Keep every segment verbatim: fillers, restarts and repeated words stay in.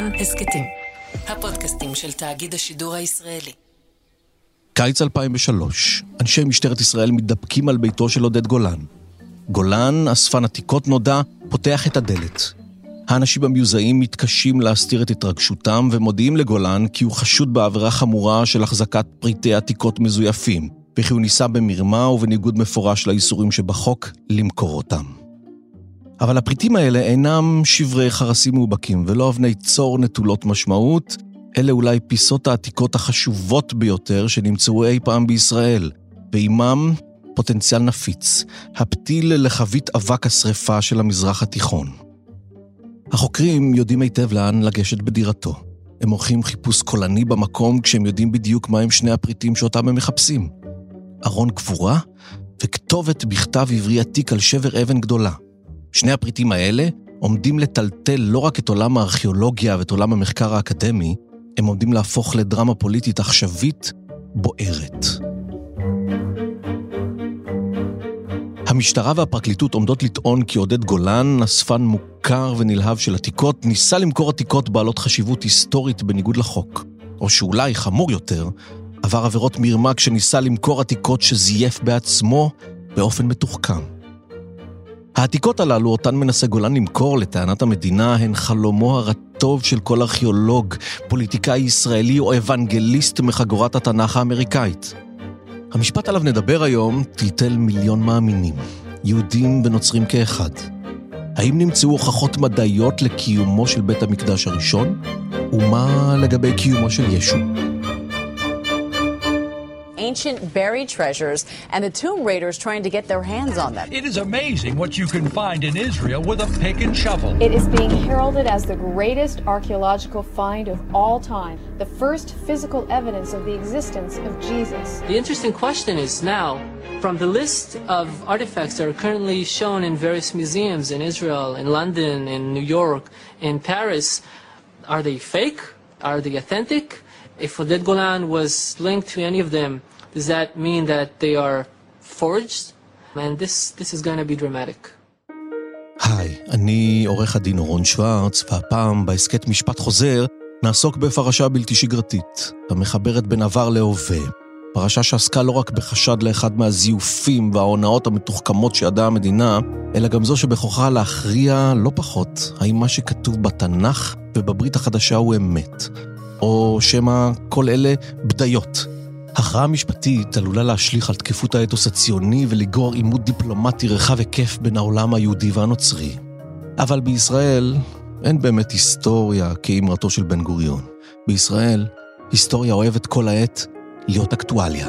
כאן הסקטים, הפודקאסטים של תאגיד השידור הישראלי. קיץ אלפיים ושלוש, אנשי משטרת ישראל מתדפקים על ביתו של עודד גולן. גולן, אספן עתיקות נודע, פותח את הדלת. האנשים המיוזעים מתקשים להסתיר את התרגשותם ומודיעים לגולן כי הוא חשוד בעבירה חמורה של החזקת פריטי עתיקות מזויפים, וכי הוא ניסה במרמה ובניגוד מפורש לאיסורים שבחוק למכור אותם. אבל הפריטים האלה אינם שברי חרסים מאובקים ולא אבני צור נטולות משמעות, אלה אולי פיסות העתיקות החשובות ביותר שנמצאו אי פעם בישראל, ועימם פוטנציאל נפיץ, הפתיל לחבית אבק השריפה של המזרח התיכון. החוקרים יודעים היטב לאן לגשת בדירתו. הם עורכים חיפוש קולני במקום כשהם יודעים בדיוק מהם שני הפריטים שאותם הם מחפשים. ארון קבורה וכתובת בכתב עברי עתיק על שבר אבן גדולה. שני הפריטים האלה עומדים לטלטל לא רק את עולם הארכיאולוגיה ואת עולם המחקר האקדמי, הם עומדים להפוך לדרמה פוליטית עכשווית בוערת. המשטרה והפרקליטות עומדות לטעון כי עודד גולן, אספן מוכר ונלהב של עתיקות, ניסה למכור עתיקות בעלות חשיבות היסטורית בניגוד לחוק. או שאולי, חמור יותר, עבר עבירות מרמה כשניסה למכור עתיקות שזייף בעצמו באופן מתוחכם. העתיקות הללו, אותן מנסה גולן למכור לטענת המדינה, הן חלומו הרטוב של כל ארכיאולוג, פוליטיקאי ישראלי או אוונגליסט מחגורת התנ"ך האמריקאית. המשפט עליו נדבר היום טלטל מיליון מאמינים, יהודים ונוצרים כאחד. האם נמצאו הוכחות מדעיות לקיומו של בית המקדש הראשון? ומה לגבי קיומו של ישו? Ancient buried treasures and the tomb raiders trying to get their hands on them. It is amazing what you can find in Israel with a pick and shovel. It is being heralded as the greatest archaeological find of all time, the first physical evidence of the existence of Jesus. The interesting question is now, from the list of artifacts that are currently shown in various museums in Israel, in London, in New York, in Paris, are they fake? Are they authentic? If Oded Golan was linked to any of them, does that mean that they are forged? And this this is going to be dramatic. היי, אני עורך הדין אורון שוורץ, והפעם בהסקט משפט חוזר נעסוק בפרשה בלתי שגרתית, המחברת בין עבר להווה. פרשה שעסקה לא רק בחשד לאחד מהזיופים וההונאות המתוחכמות שידעה המדינה, אלא גם זו שבכוחה להכריע לא פחות האם מה שכתוב בתנ"ך ובברית החדשה הוא אמת, או שמה כל אלה בדיות. הכרעה משפטית עלולה להשליך על תקפות האתוס הציוני ולגרור עימות דיפלומטי רחב היקף בין העולם היהודי והנוצרי. אבל בישראל אין באמת היסטוריה כאמרתו של בן גוריון. בישראל היסטוריה אוהבת כל העת להיות אקטואליה.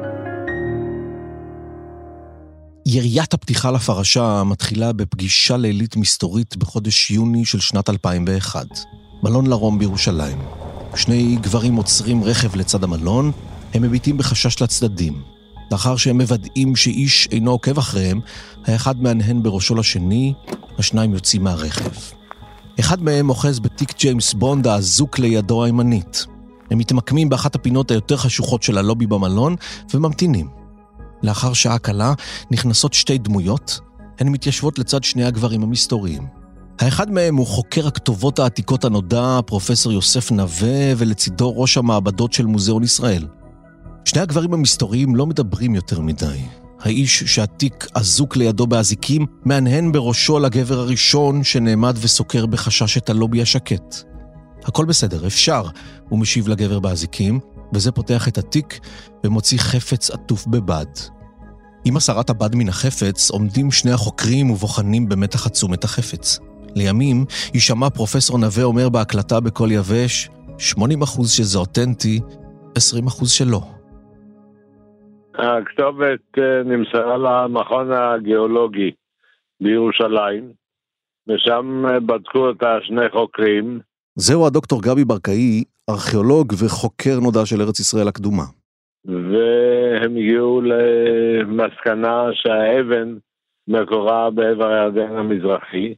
יריית הפתיחה לפרשה מתחילה בפגישה לילית מסתורית בחודש יוני של שנת אלפיים ואחת. מלון לרום בירושלים. שני גברים עוצרים רכב לצד המלון, הם מביטים בחשש לצדדים. לאחר שהם מוודאים שאיש אינו עוקב אחריהם, האחד מהנהן בראשו לשני, השניים יוצאים מהרכב. אחד מהם אוחז בתיק ג'יימס בונד האזוק לידו הימנית. הם מתמקמים באחת הפינות היותר חשוכות של הלובי במלון וממתינים. לאחר שעה קלה נכנסות שתי דמויות, הן מתיישבות לצד שני הגברים המסתוריים. האחד מהם הוא חוקר הכתובות העתיקות הנודע, פרופסור יוסף נווה, ולצידו ראש המעבדות של מוזיאון ישראל. שני הגברים המסתוריים לא מדברים יותר מדי. האיש שהתיק אזוק לידו באזיקים מהנהן בראשו לגבר הראשון שנעמד וסוקר בחשש את הלובי השקט. הכל בסדר, אפשר, הוא משיב לגבר באזיקים, וזה פותח את התיק ומוציא חפץ עטוף בבד. עם הסרת הבד מן החפץ עומדים שני החוקרים ובוחנים במתח עצום את החפץ. לימים יישמע פרופסור נווה אומר בהקלטה בכל יבש, שמונים אחוז שזה אותנטי, עשרים אחוז שלא. הכתובת נמסרה למכון הגיאולוגי בירושלים, ושם בדקו אותה שני חוקרים. זהו הדוקטור גבי ברקאי, ארכיאולוג וחוקר נודע של ארץ ישראל הקדומה. והם הגיעו למסקנה שהאבן מקורה בעבר הירדן המזרחי,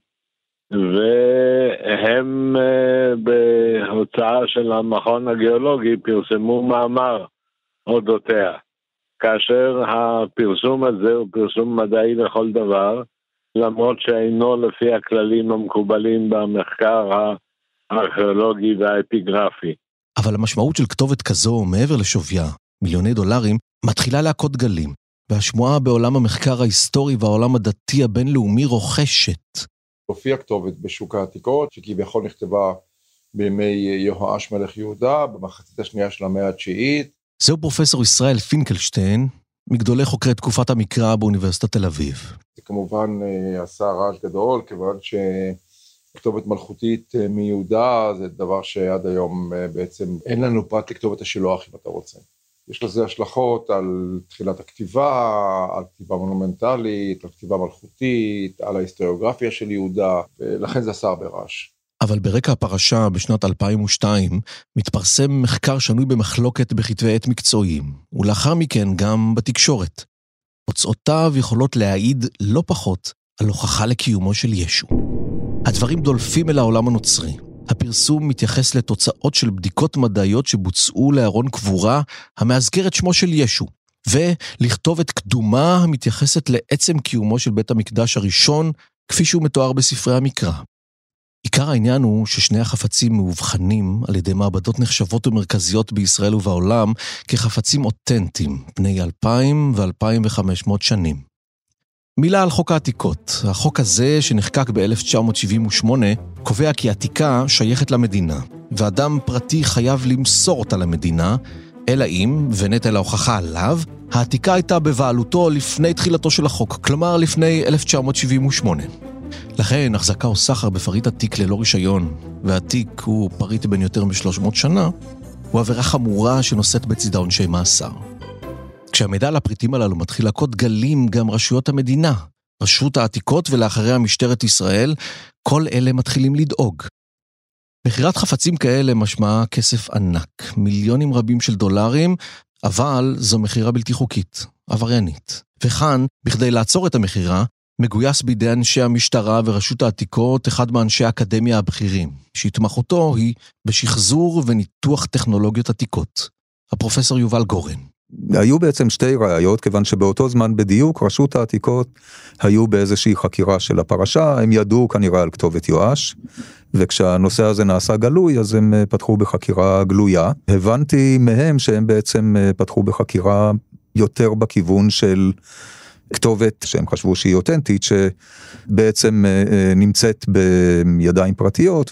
והם בהוצאה של המכון הגיאולוגי פרסמו מאמר אודותיה. כאשר הפרסום הזה הוא פרסום מדעי לכל דבר, למרות שאינו לפי הכללים המקובלים במחקר הארכיאולוגי והאפיגרפי. אבל המשמעות של כתובת כזו, מעבר לשוויה, מיליוני דולרים, מתחילה להכות גלים, והשמועה בעולם המחקר ההיסטורי והעולם הדתי הבינלאומי רוכשת. הופיעה כתובת בשוק העתיקות, שכביכול נכתבה בימי יהואש מלך יהודה, במחצית השנייה של המאה התשיעית. זהו פרופסור ישראל פינקלשטיין, מגדולי חוקרי תקופת המקרא באוניברסיטת תל אביב. זה כמובן עשה רעש גדול, כיוון שכתובת מלכותית מיהודה, זה דבר שעד היום בעצם אין לנו פרט לכתובת השילוח, אם אתה רוצה. יש לזה השלכות על תחילת הכתיבה, על כתיבה מונומנטלית, על כתיבה מלכותית, על ההיסטוריוגרפיה של יהודה, ולכן זה עשה הרבה רעש. אבל ברקע הפרשה בשנת אלפיים ושתיים מתפרסם מחקר שנוי במחלוקת בכתבי עת מקצועיים, ולאחר מכן גם בתקשורת. תוצאותיו יכולות להעיד לא פחות על הוכחה לקיומו של ישו. הדברים דולפים אל העולם הנוצרי. הפרסום מתייחס לתוצאות של בדיקות מדעיות שבוצעו לארון קבורה המאזכר את שמו של ישו, ולכתוב את קדומה המתייחסת לעצם קיומו של בית המקדש הראשון, כפי שהוא מתואר בספרי המקרא. עיקר העניין הוא ששני החפצים מאובחנים על ידי מעבדות נחשבות ומרכזיות בישראל ובעולם כחפצים אותנטיים, בני אלפיים ואלפיים וחמש מאות שנים. מילה על חוק העתיקות. החוק הזה שנחקק ב-אלף תשע מאות שבעים ושמונה קובע כי העתיקה שייכת למדינה, ואדם פרטי חייב למסור אותה למדינה, אלא אם, ונטל ההוכחה עליו, העתיקה הייתה בבעלותו לפני תחילתו של החוק, כלומר לפני אלף תשע מאות שבעים ושמונה. לכן, החזקה או סחר בפריט עתיק ללא רישיון, והעתיק הוא פריט בן יותר מ-שלוש מאות שנה, הוא עבירה חמורה שנושאת בצידה עונשי מאסר. כשהמידע על הפריטים הללו מתחיל להכות גלים גם רשויות המדינה, רשות העתיקות ולאחריה משטרת ישראל, כל אלה מתחילים לדאוג. מחירת חפצים כאלה משמעה כסף ענק, מיליונים רבים של דולרים, אבל זו מחירה בלתי חוקית, עבריינית. וכאן, בכדי לעצור את המחירה, מגויס בידי אנשי המשטרה ורשות העתיקות אחד מאנשי האקדמיה הבכירים, שהתמחותו היא בשחזור וניתוח טכנולוגיות עתיקות. הפרופסור יובל גורן. היו בעצם שתי ראיות, כיוון שבאותו זמן בדיוק רשות העתיקות היו באיזושהי חקירה של הפרשה, הם ידעו כנראה על כתובת יואש, וכשהנושא הזה נעשה גלוי, אז הם פתחו בחקירה גלויה. הבנתי מהם שהם בעצם פתחו בחקירה יותר בכיוון של כתובת שהם חשבו שהיא אותנטית, שבעצם נמצאת בידיים פרטיות,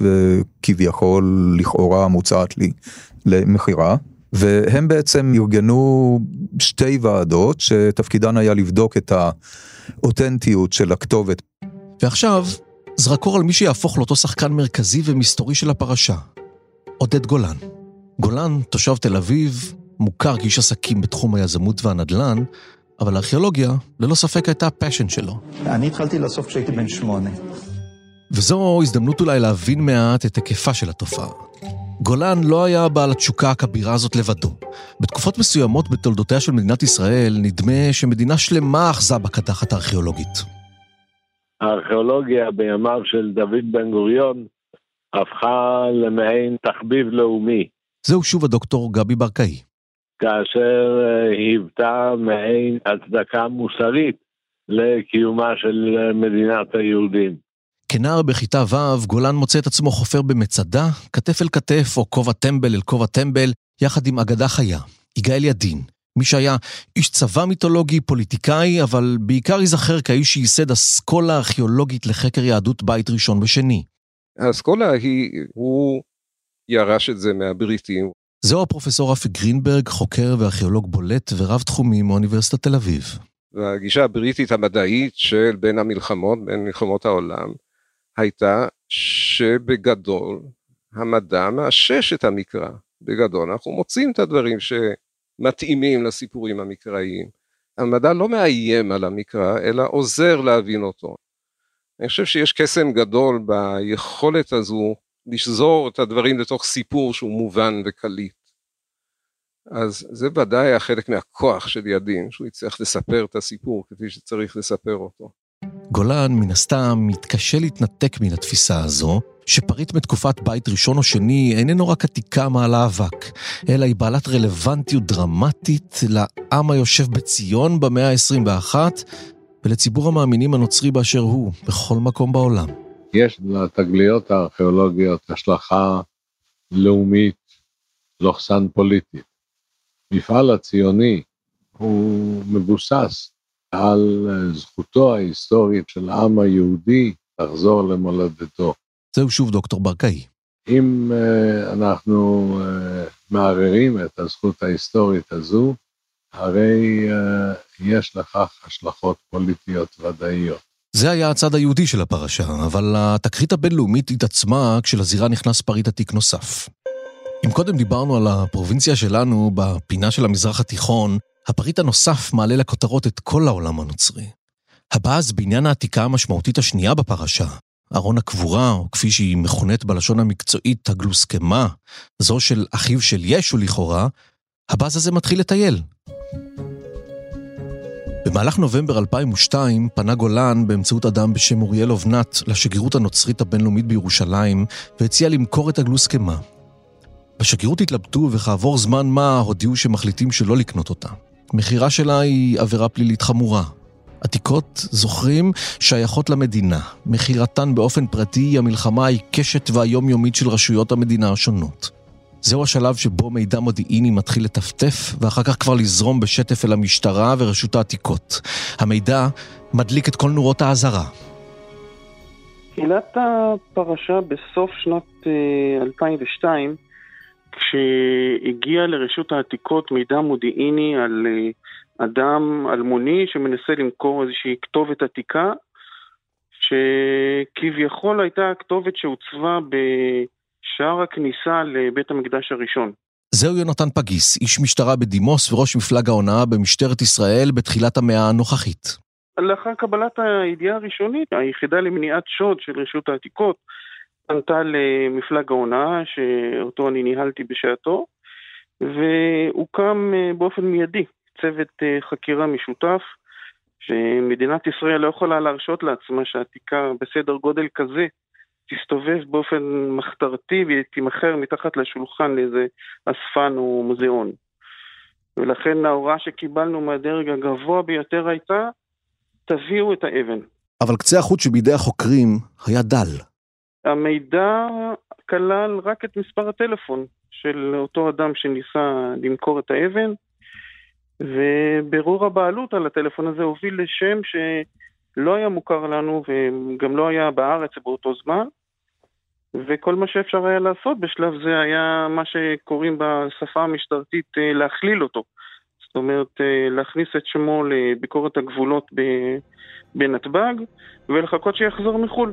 וכביכול לכאורה מוצעת לי למחירה. והם בעצם ארגנו שתי ועדות שתפקידן היה לבדוק את האותנטיות של הכתובת. ועכשיו זרקור על מי שיהפוך לאותו שחקן מרכזי ומסתורי של הפרשה, עודד גולן. גולן, תושב תל אביב, מוכר כאיש עסקים בתחום היזמות והנדל"ן, אבל הארכיאולוגיה ללא ספק הייתה הפשן שלו. אני התחלתי לאסוף כשהייתי בן שמונה. וזו הזדמנות אולי להבין מעט את היקפה של התופעה. גולן לא היה בעל התשוקה הכבירה הזאת לבדו. בתקופות מסוימות בתולדותיה של מדינת ישראל נדמה שמדינה שלמה אחזה בקדחת הארכיאולוגית. הארכיאולוגיה בימיו של דוד בן גוריון הפכה למעין תחביב לאומי. זהו שוב הדוקטור גבי ברקאי. כאשר היוותה מעין הצדקה מוסרית לקיומה של מדינת היהודים. כנער בכיתה ו' גולן מוצא את עצמו חופר במצדה, כתף אל כתף או כובע טמבל אל כובע טמבל, יחד עם אגדה חיה, יגאל ידין, מי שהיה איש צבא מיתולוגי, פוליטיקאי, אבל בעיקר ייזכר כאיש שייסד אסכולה ארכיאולוגית לחקר יהדות בית ראשון ושני. האסכולה היא, הוא ירש את זה מהבריטים. זהו הפרופסור רפי גרינברג, חוקר וארכיאולוג בולט ורב תחומי מאוניברסיטת תל אביב. והגישה הבריטית המדעית של בין המלחמות, בין מלחמות העולם, הייתה שבגדול המדע מאשש את המקרא. בגדול אנחנו מוצאים את הדברים שמתאימים לסיפורים המקראיים. המדע לא מאיים על המקרא, אלא עוזר להבין אותו. אני חושב שיש קסם גדול ביכולת הזו לשזור את הדברים לתוך סיפור שהוא מובן וקליט. אז זה ודאי החלק מהכוח של ידין, שהוא יצטרך לספר את הסיפור כפי שצריך לספר אותו. גולן מן הסתם מתקשה להתנתק מן התפיסה הזו, שפריט מתקופת בית ראשון או שני איננו רק עתיקה מעל האבק, אלא היא בעלת רלוונטיות דרמטית לעם היושב בציון במאה ה-עשרים ואחת, ולציבור המאמינים הנוצרי באשר הוא, בכל מקום בעולם. יש לתגליות הארכיאולוגיות השלכה לאומית, לוחסן פוליטית. מפעל הציוני הוא מבוסס על זכותו ההיסטורית של העם היהודי לחזור למולדתו. זהו שוב דוקטור ברקאי. אם uh, אנחנו uh, מערערים את הזכות ההיסטורית הזו, הרי uh, יש לכך השלכות פוליטיות ודאיות. זה היה הצד היהודי של הפרשה, אבל התקרית הבינלאומית התעצמה כשלזירה נכנס פריט עתיק נוסף. אם קודם דיברנו על הפרובינציה שלנו בפינה של המזרח התיכון, הפריט הנוסף מעלה לכותרות את כל העולם הנוצרי. הבאז בעניין העתיקה המשמעותית השנייה בפרשה, ארון הקבורה, או כפי שהיא מכונת בלשון המקצועית הגלוסקמה, זו של אחיו של ישו לכאורה, הבאז הזה מתחיל לטייל. במהלך נובמבר אלפיים ושתיים פנה גולן באמצעות אדם בשם אוריאל אובנת לשגרירות הנוצרית הבינלאומית בירושלים והציע למכור את הגלוסקמה. בשגרירות התלבטו וכעבור זמן מה הודיעו שמחליטים שלא לקנות אותה. מחירה שלה היא עבירה פלילית חמורה. עתיקות, זוכרים, שייכות למדינה. מחירתן באופן פרטי היא המלחמה העיקשת והיומיומית של רשויות המדינה השונות. זהו השלב שבו מידע מודיעיני מתחיל לטפטף, ואחר כך כבר לזרום בשטף אל המשטרה ורשות העתיקות. המידע מדליק את כל נורות האזהרה. תחילת הפרשה בסוף שנת אלפיים ושתיים, כשהגיע לרשות העתיקות מידע מודיעיני על אדם אלמוני שמנסה למכור איזושהי כתובת עתיקה, שכביכול הייתה הכתובת שהוצבה בשער הכניסה לבית המקדש הראשון. זהו יונתן פגיס, איש משטרה בדימוס וראש מפלג ההונאה במשטרת ישראל בתחילת המאה הנוכחית. לאחר קבלת הידיעה הראשונית, היחידה למניעת שוד של רשות העתיקות פנתה למפלג ההונאה, שאותו אני ניהלתי בשעתו, והוקם באופן מיידי צוות חקירה משותף, שמדינת ישראל לא יכולה להרשות לעצמה שהעתיקה בסדר גודל כזה תסתובב באופן מחתרתי ותימחר מתחת לשולחן לאיזה אספן או מוזיאון. ולכן ההוראה שקיבלנו מהדרג הגבוה ביותר הייתה, תביאו את האבן. אבל קצה החוט שבידי החוקרים היה דל. המידע כלל רק את מספר הטלפון של אותו אדם שניסה למכור את האבן, וברור הבעלות על הטלפון הזה הוביל לשם שלא היה מוכר לנו וגם לא היה בארץ באותו זמן, וכל מה שאפשר היה לעשות בשלב זה היה מה שקוראים בשפה המשטרתית להכליל אותו. זאת אומרת, להכניס את שמו לביקורת הגבולות בנתב"ג ולחכות שיחזור מחול.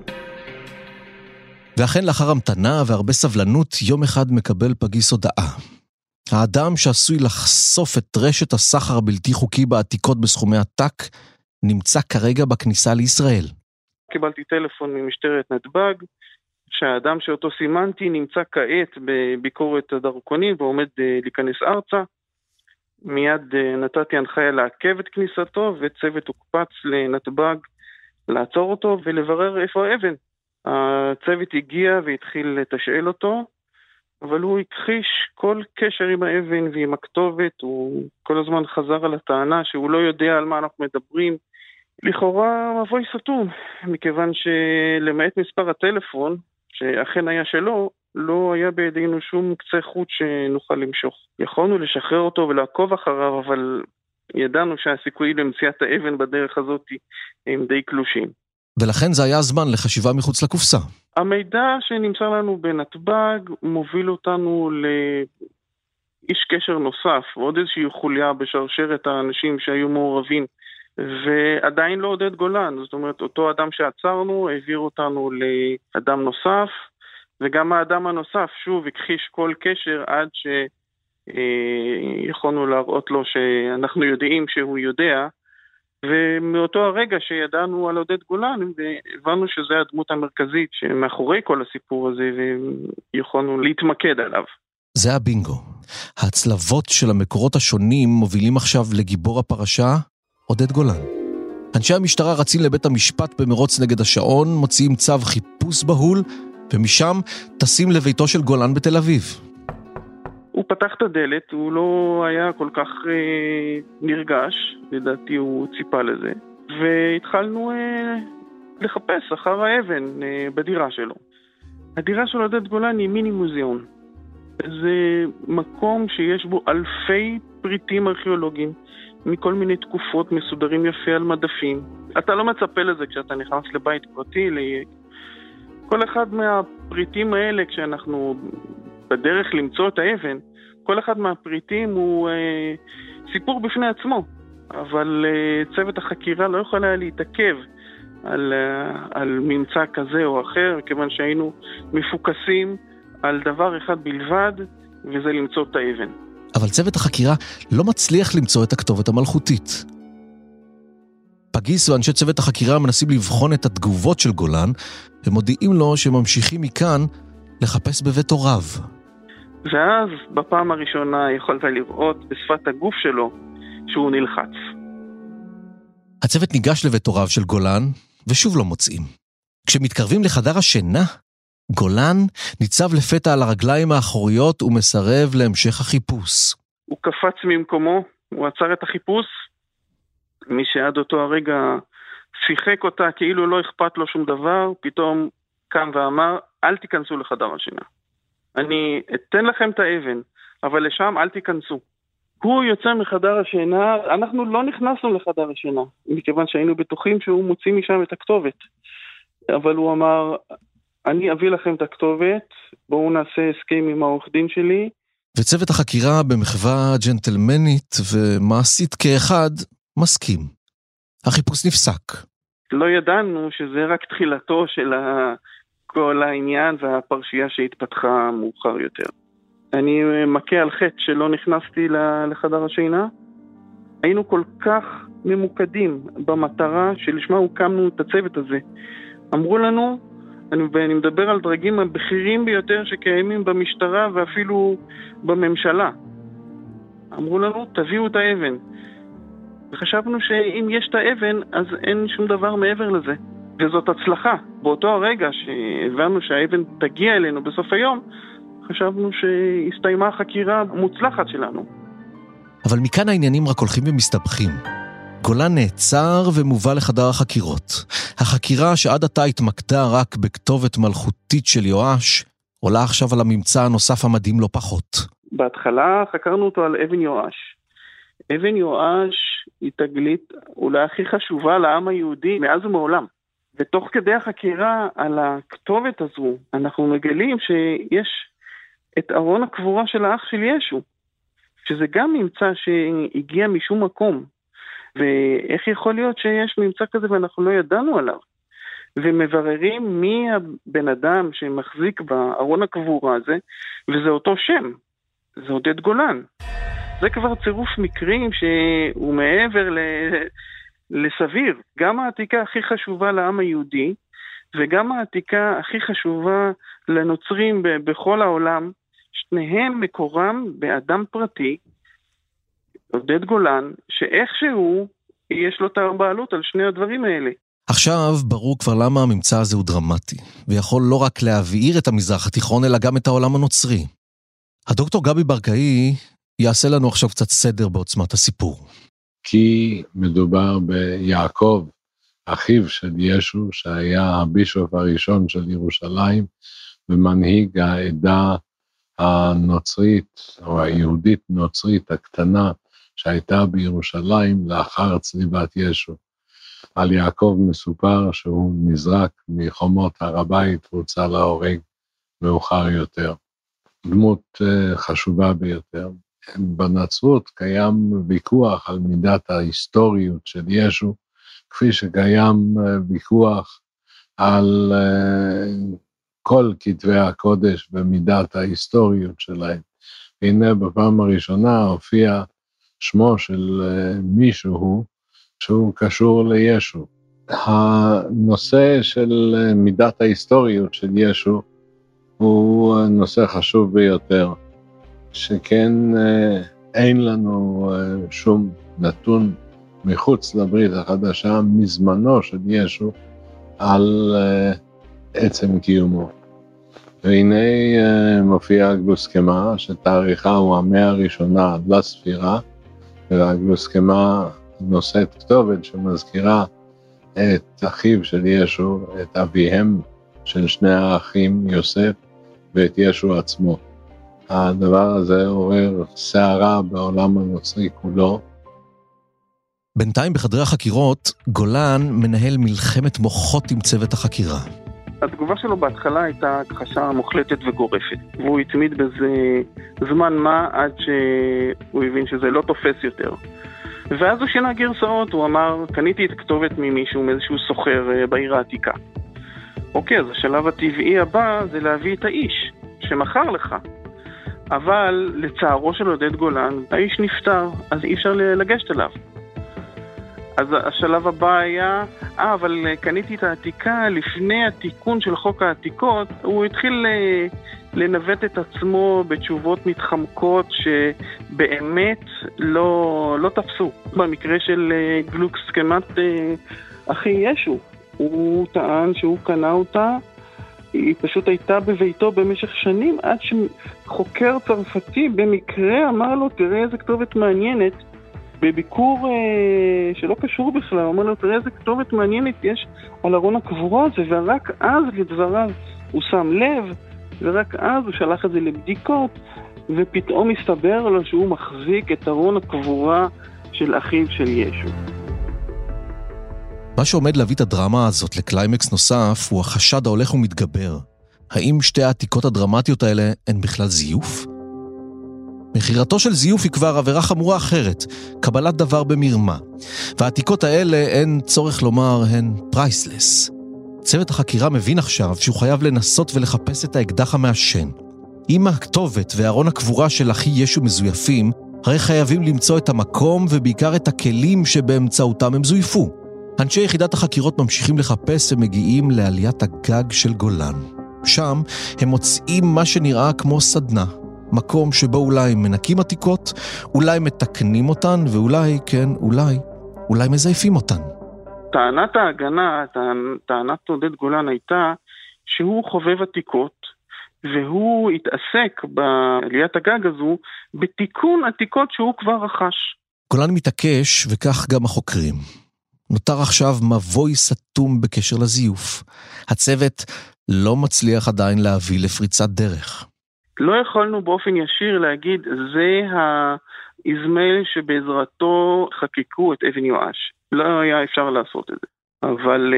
ואכן לאחר המתנה והרבה סבלנות, יום אחד מקבל פגיס הודעה. האדם שעשוי לחשוף את רשת הסחר הבלתי חוקי בעתיקות בסכומי עתק, נמצא כרגע בכניסה לישראל. קיבלתי טלפון ממשטרת נתב"ג, שהאדם שאותו סימנתי נמצא כעת בביקורת הדרכונים ועומד להיכנס ארצה. מיד נתתי הנחיה לעכב את כניסתו, וצוות הוקפץ לנתב"ג לעצור אותו ולברר איפה האבן. הצוות הגיע והתחיל לתשאל אותו, אבל הוא הכחיש כל קשר עם האבן ועם הכתובת, הוא כל הזמן חזר על הטענה שהוא לא יודע על מה אנחנו מדברים. לכאורה מבוי סתום, מכיוון שלמעט מספר הטלפון, שאכן היה שלו, לא היה בידינו שום קצה חוט שנוכל למשוך. יכולנו לשחרר אותו ולעקוב אחריו, אבל ידענו שהסיכויים למציאת האבן בדרך הזאת הם די קלושים. ולכן זה היה הזמן לחשיבה מחוץ לקופסה. המידע שנמצא לנו בנתב"ג מוביל אותנו לאיש קשר נוסף, ועוד איזושהי חוליה בשרשרת האנשים שהיו מעורבים, ועדיין לא עודד גולן. זאת אומרת, אותו אדם שעצרנו העביר אותנו לאדם נוסף, וגם האדם הנוסף שוב הכחיש כל קשר עד שיכולנו להראות לו שאנחנו יודעים שהוא יודע, ומאותו הרגע שידענו על עודד גולן, והבנו שזה הדמות המרכזית שמאחורי כל הסיפור הזה, ויכולנו להתמקד עליו. זה הבינגו. ההצלבות של המקורות השונים מובילים עכשיו לגיבור הפרשה, עודד גולן. אנשי המשטרה רצים לבית המשפט במרוץ נגד השעון, מוציאים צו חיפוש בהול, ומשם טסים לביתו של גולן בתל אביב. הוא פתח את הדלת, הוא לא היה כל כך אה, נרגש, לדעתי הוא ציפה לזה, והתחלנו אה, לחפש אחר האבן בדירה שלו. הדירה של עודד גולן היא מיני מוזיאון. זה מקום שיש בו אלפי פריטים ארכיאולוגיים, מכל מיני תקופות מסודרים יפה על מדפים. אתה לא מצפה לזה כשאתה נכנס לבית פרטי. כל אחד מהפריטים האלה, כשאנחנו בדרך למצוא את האבן, כל אחד מהפריטים הוא אה, סיפור בפני עצמו. אבל אה, צוות החקירה לא יכול היה להתעכב על, אה, על ממצא כזה או אחר, כיוון שהיינו מפוקסים על דבר אחד בלבד, וזה למצוא את האבן. אבל צוות החקירה לא מצליח למצוא את הכתובת המלכותית. פגיס ואנשי צוות החקירה מנסים לבחון את התגובות של גולן, ומודיעים לו שממשיכים מכאן לחפש בבית הוריו. ואז בפעם הראשונה יכולת לראות בשפת הגוף שלו שהוא נלחץ. הצוות ניגש לבית הוריו של גולן, ושוב לא מוצאים. כשמתקרבים לחדר השינה, גולן ניצב לפתע על הרגליים האחוריות ומסרב להמשך החיפוש. הוא קפץ ממקומו, הוא עצר את החיפוש. מי שעד אותו הרגע שיחק אותה כאילו לא אכפת לו שום דבר, פתאום קם ואמר, אל תיכנסו לחדר השינה. אני אתן לכם את האבן, אבל לשם אל תיכנסו. הוא יוצא מחדר השינה, אנחנו לא נכנסנו לחדר השינה, מכיוון שהיינו בטוחים שהוא מוציא משם את הכתובת. אבל הוא אמר, אני אביא לכם את הכתובת, בואו נעשה הסכם עם העורך דין שלי. וצוות החקירה במחווה ג'נטלמנית ומעשית כאחד מסכים. החיפוש נפסק. לא ידענו שזה רק תחילתו של כל העניין והפרשייה שהתפתחה מאוחר יותר. אני מכה על חטא שלא נכנסתי לחדר השינה. היינו כל כך ממוקדים במטרה שלשמה הוקמנו את הצוות הזה. אמרו לנו, אני, ואני מדבר על דרגים הבכירים ביותר שקיימים במשטרה ואפילו בממשלה. אמרו לנו, תביאו את האבן. וחשבנו שאם יש את האבן, אז אין שום דבר מעבר לזה. וזאת הצלחה. באותו הרגע שהבנו שהאבן תגיע אלינו בסוף היום, חשבנו שהסתיימה החקירה המוצלחת שלנו. אבל מכאן העניינים רק הולכים ומסתבכים. גולן נעצר ומובא לחדר החקירות. החקירה שעד עתה התמקדה רק בכתובת מלכותית של יואש, עולה עכשיו על הממצא הנוסף המדהים לא פחות. בהתחלה חקרנו אותו על אבן יואש. אבן יואש היא תגלית אולי הכי חשובה לעם היהודי מאז ומעולם. ותוך כדי החקירה על הכתובת הזו, אנחנו מגלים שיש את ארון הקבורה של האח של ישו, שזה גם ממצא שהגיע משום מקום. ואיך יכול להיות שיש ממצא כזה ואנחנו לא ידענו עליו? ומבררים מי הבן אדם שמחזיק בארון הקבורה הזה, וזה אותו שם, זה עודד גולן. זה כבר צירוף מקרים שהוא מעבר ל... לסביר. גם העתיקה הכי חשובה לעם היהודי, וגם העתיקה הכי חשובה לנוצרים ב- בכל העולם, שניהם מקורם באדם פרטי, עודד גולן, שאיכשהו יש לו את הבעלות על שני הדברים האלה. עכשיו ברור כבר למה הממצא הזה הוא דרמטי, ויכול לא רק להבעיר את המזרח התיכון, אלא גם את העולם הנוצרי. הדוקטור גבי ברקאי יעשה לנו עכשיו קצת סדר בעוצמת הסיפור. כי מדובר ביעקב, אחיו של ישו, שהיה הבישוף הראשון של ירושלים, ומנהיג העדה הנוצרית, או היהודית נוצרית הקטנה, שהייתה בירושלים לאחר צליבת ישו. על יעקב מסופר שהוא נזרק מחומות הר הבית, והוצא להורג מאוחר יותר. דמות חשובה ביותר. בנצרות קיים ויכוח על מידת ההיסטוריות של ישו, כפי שקיים ויכוח על כל כתבי הקודש ומידת ההיסטוריות שלהם. והנה בפעם הראשונה הופיע שמו של מישהו שהוא קשור לישו. הנושא של מידת ההיסטוריות של ישו הוא נושא חשוב ביותר, שכן אין לנו שום נתון מחוץ לברית החדשה מזמנו של ישו על עצם קיומו. והנה מופיעה הגלוסקמה שתאריכה הוא המאה הראשונה לספירה, והגלוסקמה נושאת כתובת שמזכירה את אחיו של ישו, את אביהם של שני האחים, יוסף, ואת ישו עצמו. הדבר הזה עורר סערה בעולם הנוצרי כולו. בינתיים בחדרי החקירות, גולן מנהל מלחמת מוחות עם צוות החקירה. התגובה שלו בהתחלה הייתה הכחשה מוחלטת וגורפת, והוא התמיד בזה זמן מה עד שהוא הבין שזה לא תופס יותר. ואז הוא שינה גרסאות, הוא אמר, קניתי את הכתובת ממישהו, מאיזשהו סוחר בעיר העתיקה. אוקיי, אז השלב הטבעי הבא זה להביא את האיש שמכר לך. אבל לצערו של עודד גולן, האיש נפטר, אז אי אפשר לגשת אליו. אז השלב הבא היה, אה, אבל קניתי את העתיקה לפני התיקון של חוק העתיקות, הוא התחיל לנווט את עצמו בתשובות מתחמקות שבאמת לא, לא תפסו. במקרה של גלוקסקמת אחי ישו, הוא טען שהוא קנה אותה, היא פשוט הייתה בביתו במשך שנים, עד שחוקר צרפתי במקרה אמר לו, תראה איזה כתובת מעניינת, בביקור אה, שלא קשור בכלל, הוא אמר לו, תראה איזה כתובת מעניינת יש על ארון הקבורה הזה, ורק אז לדבריו הוא שם לב, ורק אז הוא שלח את זה לבדיקות, ופתאום הסתבר לו שהוא מחזיק את ארון הקבורה של אחיו של ישו. מה שעומד להביא את הדרמה הזאת לקליימקס נוסף הוא החשד ההולך ומתגבר. האם שתי העתיקות הדרמטיות האלה הן בכלל זיוף? מחירתו של זיוף היא כבר עבירה חמורה אחרת, קבלת דבר במרמה. והעתיקות האלה, אין צורך לומר, הן פרייסלס. צוות החקירה מבין עכשיו שהוא חייב לנסות ולחפש את האקדח המעשן. אם הכתובת וארון הקבורה של אחי ישו מזויפים, הרי חייבים למצוא את המקום ובעיקר את הכלים שבאמצעותם הם זויפו. אנשי יחידת החקירות ממשיכים לחפש ומגיעים לעליית הגג של גולן. שם הם מוצאים מה שנראה כמו סדנה. מקום שבו אולי מנקים עתיקות, אולי מתקנים אותן, ואולי, כן, אולי, אולי מזייפים אותן. טענת ההגנה, טענת עודד גולן הייתה שהוא חובב עתיקות, והוא התעסק בעליית הגג הזו בתיקון עתיקות שהוא כבר רכש. גולן מתעקש, וכך גם החוקרים. נותר עכשיו מבוי סתום בקשר לזיוף. הצוות לא מצליח עדיין להביא לפריצת דרך. לא יכולנו באופן ישיר להגיד, זה האזמל שבעזרתו חקיקו את אבן יואש. לא היה אפשר לעשות את זה. אבל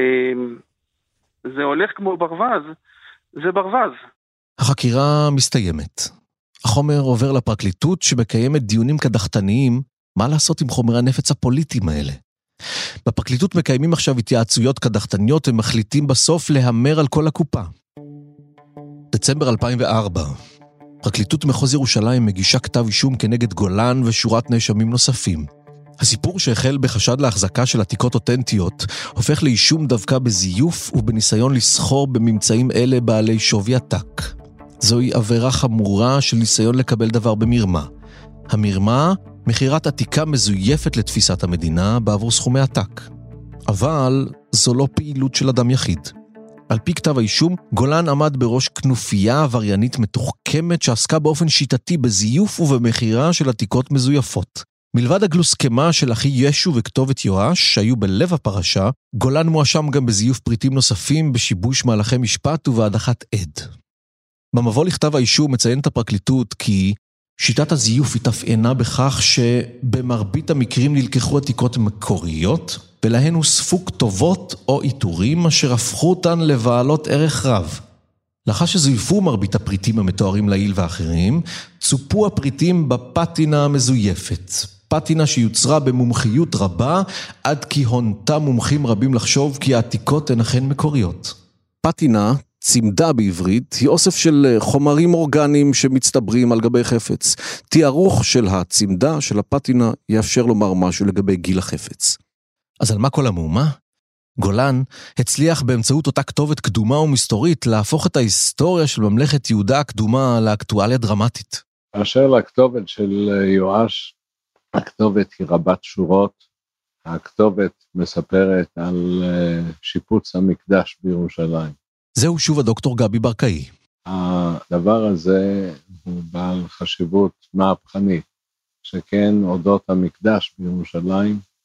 זה הולך כמו ברווז, זה ברווז. החקירה מסתיימת. החומר עובר לפרקליטות שמקיימת דיונים קדחתניים, מה לעשות עם חומרי הנפץ הפוליטיים האלה. בפרקליטות מקיימים עכשיו התייעצויות קדחתניות ומחליטים בסוף להמר על כל הקופה. דצמבר אלפיים וארבע. פרקליטות מחוז ירושלים מגישה כתב אישום כנגד גולן ושורת נאשמים נוספים. הסיפור שהחל בחשד להחזקה של עתיקות אותנטיות הופך לאישום דווקא בזיוף ובניסיון לסחור בממצאים אלה בעלי שווי עתק. זוהי עבירה חמורה של ניסיון לקבל דבר במרמה. המרמה, מחירת עתיקה מזויפת לתפיסת המדינה בעבור סכומי עתק. אבל זו לא פעילות של אדם יחיד. על פי כתב האישום, גולן עמד בראש כנופיה עבריינית מתוחכמת שעסקה באופן שיטתי בזיוף ובמחירה של עתיקות מזויפות. מלבד הגלוסקמה של אחי ישו וכתובת יואש שהיו בלב הפרשה, גולן מואשם גם בזיוף פריטים נוספים, בשיבוש מהלכי משפט ובהדחת עד. במבוא לכתב האישום מציין את הפרקליטות כי שיטת הזיוף התאפיינה בכך שבמרבית המקרים נלקחו עתיקות מקוריות, ולהן הוספו כתובות או איתורים אשר הפכו אותן לבעלות ערך רב. לאחר שזויפו מרבית הפריטים המתוארים לעיל ואחרים, צופו הפריטים בפטינה המזויפת. פטינה שיוצרה במומחיות רבה, עד כי הונתה מומחים רבים לחשוב כי העתיקות הן אכן מקוריות. פטינה, צמדה בעברית, היא אוסף של חומרים אורגניים שמצטברים על גבי חפץ. תיארוך של הצמדה של הפטינה יאפשר לומר משהו לגבי גיל החפץ. אז על מה כל המהומה? גולן הצליח באמצעות אותה כתובת קדומה ומסתורית להפוך את ההיסטוריה של ממלכת יהודה הקדומה לאקטואליה דרמטית. אשר לכתובת של יואש, הכתובת היא רבת שורות. הכתובת מספרת על שיפוץ המקדש בירושלים. זהו שוב הדוקטור גבי ברקאי. הדבר הזה הוא בעל חשיבות מהפכנית, שכן אודות המקדש בירושלים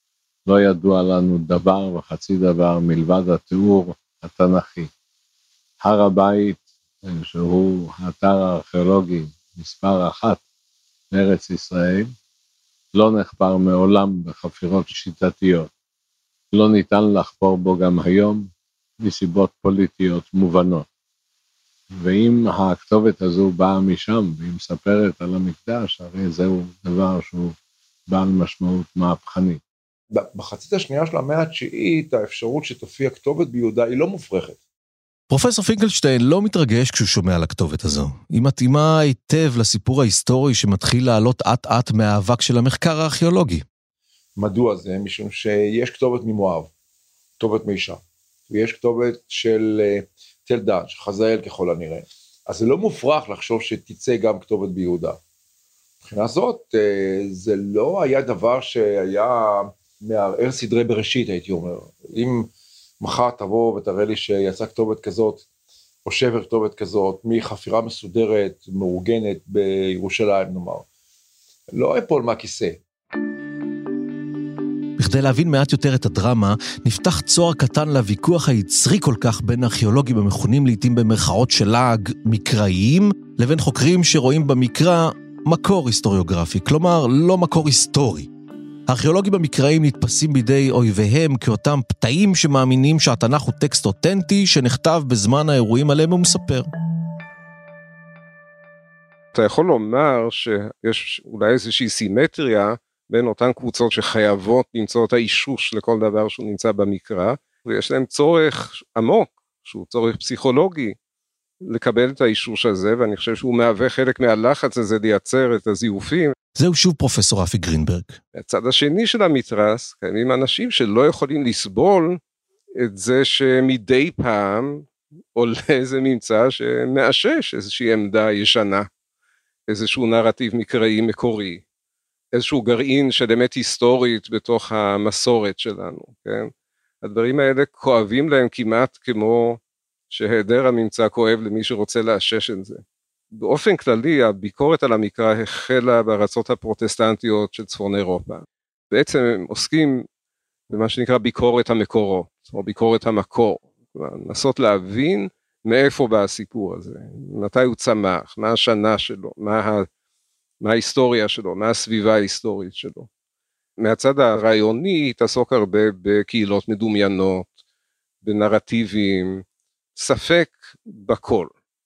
לא ידוע לנו דבר וחצי דבר מלבד התיאור התנ"כי. הר הבית, שהוא האתר הארכיאולוגי מספר אחת בארץ ישראל, לא נחפר מעולם בחפירות שיטתיות. לא ניתן לחפור בו גם היום מסיבות פוליטיות מובנות. ואם הכתובת הזו באה משם והיא מספרת על המקדש, הרי זהו דבר שהוא בעל משמעות מהפכנית. בחצית השנייה של המאה התשיעית, האפשרות שתופיע כתובת ביהודה היא לא מופרכת. פרופסור פינקלשטיין לא מתרגש כשהוא שומע על הכתובת הזו. היא מתאימה היטב לסיפור ההיסטורי שמתחיל לעלות עט עט מהאבק של המחקר הארכיאולוגי. מדוע זה? משום שיש כתובת ממואב, כתובת מישה, ויש כתובת של תל דן, שחזאל ככל הנראה. אז זה לא מופרך לחשוב שתצא גם כתובת ביהודה. מבחינה זאת, זה לא היה דבר שהיה מערער סדרי בראשית, הייתי אומר. אם מחר תבוא ותראה לי שיצא כתובת כזאת, או שבר כתובת כזאת, מחפירה מסודרת, מאורגנת בירושלים, נאמר, לא אפול מהכיסא. בכדי להבין מעט יותר את הדרמה, נפתח צוהר קטן לוויכוח היצרי כל כך בין ארכיאולוגים המכונים לעתים במרכאות של לעג מקראיים, לבין חוקרים שרואים במקרא מקור היסטוריוגרפי, כלומר לא מקור היסטורי. הארכיאולוגים המקראיים נתפסים בידי אויביהם כאותם פתאים שמאמינים שהתנ"ך הוא טקסט אותנטי שנכתב בזמן האירועים עליהם הוא מספר. אתה יכול לומר שיש אולי איזושהי סימטריה בין אותן קבוצות שחייבות למצוא את האישוש לכל דבר שהוא נמצא במקרא, ויש להם צורך עמוק, שהוא צורך פסיכולוגי, לקבל את האישוש הזה, ואני חושב שהוא מהווה חלק מהלחץ הזה לייצר את הזיופים. זהו שוב פרופסור רפי גרינברג. הצד השני של המתרס, קיימים אנשים שלא יכולים לסבול את זה שמדי פעם עולה איזה ממצא שמאשש איזושהי עמדה ישנה, איזשהו נרטיב מקראי מקורי, איזשהו גרעין של אמת היסטורית בתוך המסורת שלנו, כן? הדברים האלה כואבים להם כמעט כמו שהיעדר הממצא כואב למי שרוצה לאשש את זה. באופן כללי, הביקורת על המקרא החלה בארצות הפרוטסטנטיות של צפון אירופה. בעצם הם עוסקים במה שנקרא ביקורת המקורות, או ביקורת המקור. לנסות להבין מאיפה בא הסיפור הזה, מתי הוא צמח, מה השנה שלו, מה, ה... מה ההיסטוריה שלו, מה הסביבה ההיסטורית שלו. מהצד הרעיוני תעסוק הרבה בקהילות מדומיינות, בנרטיבים, ספק בכל.